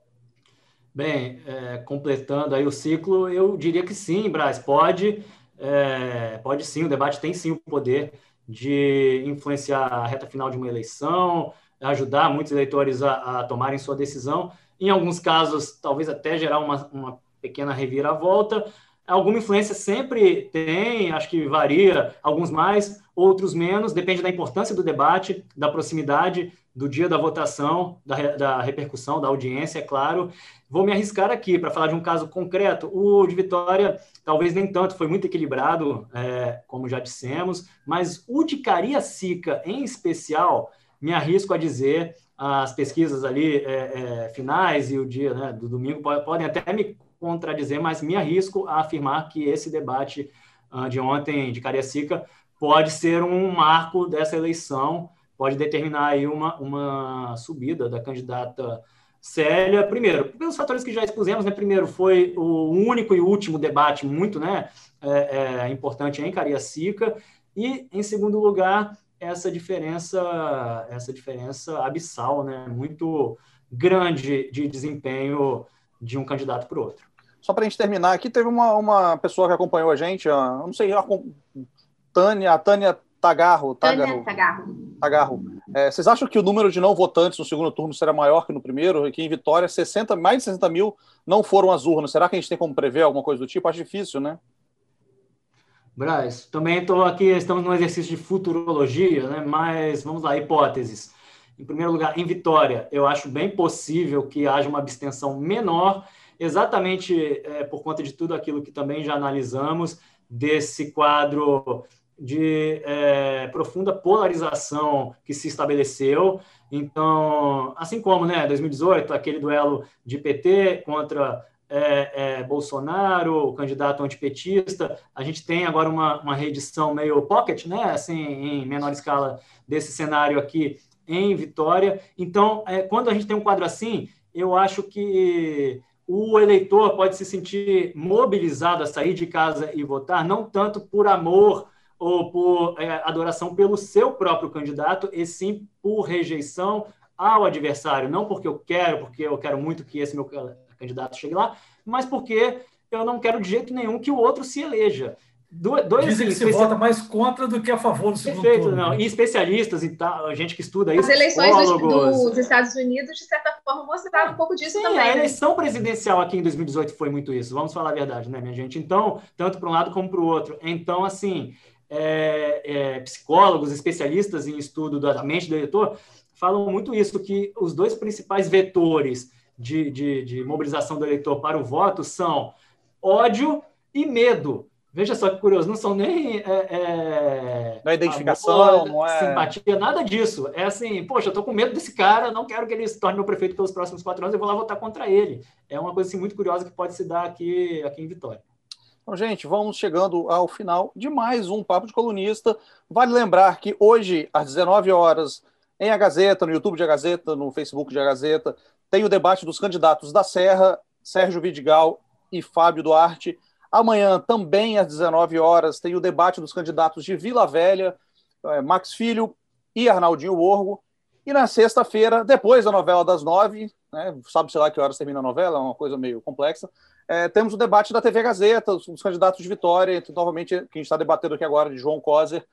Bem, é, completando aí o ciclo, eu diria que sim, Braz, pode, é, pode sim, o debate tem sim o poder de influenciar a reta final de uma eleição, ajudar muitos eleitores a, a tomarem sua decisão, em alguns casos, talvez até gerar uma, uma pequena reviravolta. Alguma influência sempre tem, acho que varia, alguns mais, outros menos, depende da importância do debate, da proximidade do dia da votação, da, da repercussão, da audiência, é claro. Vou me arriscar aqui para falar de um caso concreto. O de Vitória, talvez nem tanto, foi muito equilibrado, é, como já dissemos, mas o de Cariacica, em especial, me arrisco a dizer, as pesquisas ali é, é, finais e o dia, né, do domingo podem até me contradizer, mas me arrisco a afirmar que esse debate uh, de ontem de Cariacica pode ser um marco dessa eleição, pode determinar aí uma, uma subida da candidata Célia, primeiro, pelos fatores que já expusemos, né? Primeiro, foi o único e último debate muito, né, é, é, importante em Cariacica, e, em segundo lugar, essa diferença, essa diferença abissal, né, muito grande de desempenho de um candidato para o outro. Só para a gente terminar aqui, teve uma, uma pessoa que acompanhou a gente, a, não sei, a Tânia, a Tânia Tagarro. Tânia Tagarro. Tagarro. É, vocês acham que o número de não votantes no segundo turno será maior que no primeiro? Aqui em Vitória, sessenta, mais de sessenta mil não foram às urnas. Será que a gente tem como prever alguma coisa do tipo? Acho difícil, né? Braz, também estou aqui, estamos num exercício de futurologia, né? Mas vamos lá, hipóteses. Em primeiro lugar, em Vitória, eu acho bem possível que haja uma abstenção menor, exatamente é, por conta de tudo aquilo que também já analisamos, desse quadro de é, profunda polarização que se estabeleceu. Então, assim como, né, dois mil e dezoito, aquele duelo de P T contra é, é, Bolsonaro, o candidato antipetista, a gente tem agora uma, uma reedição meio pocket, né, assim, em menor escala desse cenário aqui em Vitória. Então, é, quando a gente tem um quadro assim, eu acho que o eleitor pode se sentir mobilizado a sair de casa e votar, não tanto por amor ou por é, adoração pelo seu próprio candidato, e sim por rejeição ao adversário. Não porque eu quero, porque eu quero muito que esse meu candidato chegue lá, mas porque eu não quero de jeito nenhum que o outro se eleja. Do, dois, Dizem assim, que se especial... vota mais contra do que a favor do segundo Perfeito, turno. Não. E especialistas e tal, gente que estuda isso. As eleições dos, dos Estados Unidos, de certa forma, mostraram um pouco disso Sim, também. A né? eleição presidencial aqui em dois mil e dezoito foi muito isso. Vamos falar a verdade, né, minha gente? Então, tanto para um lado como para o outro. Então, assim, é, é, psicólogos, especialistas em estudo da mente do eleitor falam muito isso, que os dois principais vetores de, de, de mobilização do eleitor para o voto são ódio e medo. Veja só que curioso, não são nem... É, é, não é identificação, amor, não é... simpatia, nada disso. É assim, poxa, eu tô com medo desse cara, não quero que ele se torne meu prefeito pelos próximos quatro anos, eu vou lá votar contra ele. É uma coisa assim, muito curiosa que pode se dar aqui, aqui em Vitória. Então, gente, vamos chegando ao final de mais um Papo de Colunista. Vale lembrar que hoje, às dezenove horas, em A Gazeta, no YouTube de A Gazeta, no Facebook de A Gazeta, tem o debate dos candidatos da Serra, Sérgio Vidigal e Fábio Duarte. Amanhã, também às dezenove horas, tem o debate dos candidatos de Vila Velha, Max Filho e Arnaldinho Borgo. E na sexta-feira, depois da novela das nove, né, sabe-se lá que horas termina a novela, é uma coisa meio complexa, é, temos o debate da T V Gazeta, os, os candidatos de Vitória, entre, novamente, que a gente está debatendo aqui agora, de João Coser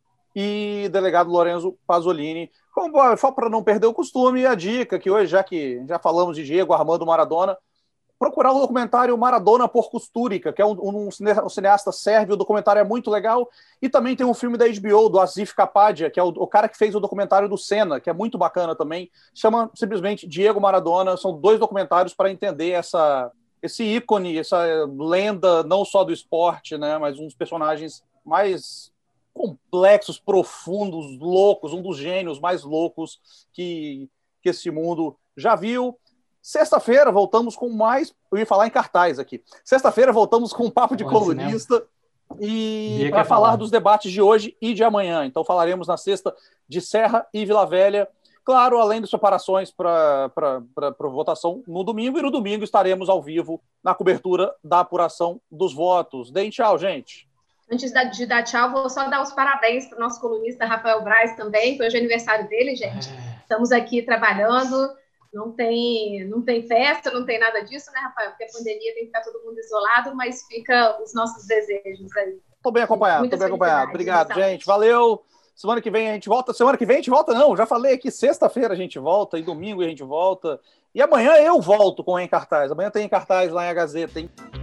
e delegado Lorenzo Pasolini. Só para não perder o costume, a dica que hoje, já que já falamos de Diego Armando Maradona, procurar o documentário Maradona por Kusturica, que é um, um, um cineasta sérvio, o documentário é muito legal, e também tem um filme da H B O, do Asif Kapadia, que é o, o cara que fez o documentário do Senna, que é muito bacana também, chama simplesmente Diego Maradona. São dois documentários para entender essa, esse ícone, essa lenda, não só do esporte, né, mas um dos personagens mais complexos, profundos, loucos, um dos gênios mais loucos que, que esse mundo já viu. Sexta-feira voltamos com mais... Eu ia falar em cartaz aqui. Sexta-feira voltamos com um Papo de Pode Colunista e para falar, falar dos debates de hoje e de amanhã. Então falaremos na sexta de Serra e Vila Velha. Claro, além das preparações para a votação no domingo. E no domingo estaremos ao vivo na cobertura da apuração dos votos. Deem tchau, gente. Antes de dar tchau, vou só dar os parabéns para o nosso colunista Rafael Braz também, que hoje é aniversário dele, gente. É. Estamos aqui trabalhando, não tem, não tem festa, não tem nada disso, né, Rafael? Porque a pandemia tem que ficar todo mundo isolado, mas fica os nossos desejos aí. Estou bem acompanhado, estou bem acompanhado. Obrigado, gente. Valeu. Semana que vem a gente volta. Semana que vem a gente volta, não. Já falei aqui, sexta-feira a gente volta, e domingo a gente volta. E amanhã eu volto com Em Cartaz. Amanhã tem Em Cartaz lá em A Gazeta, hein?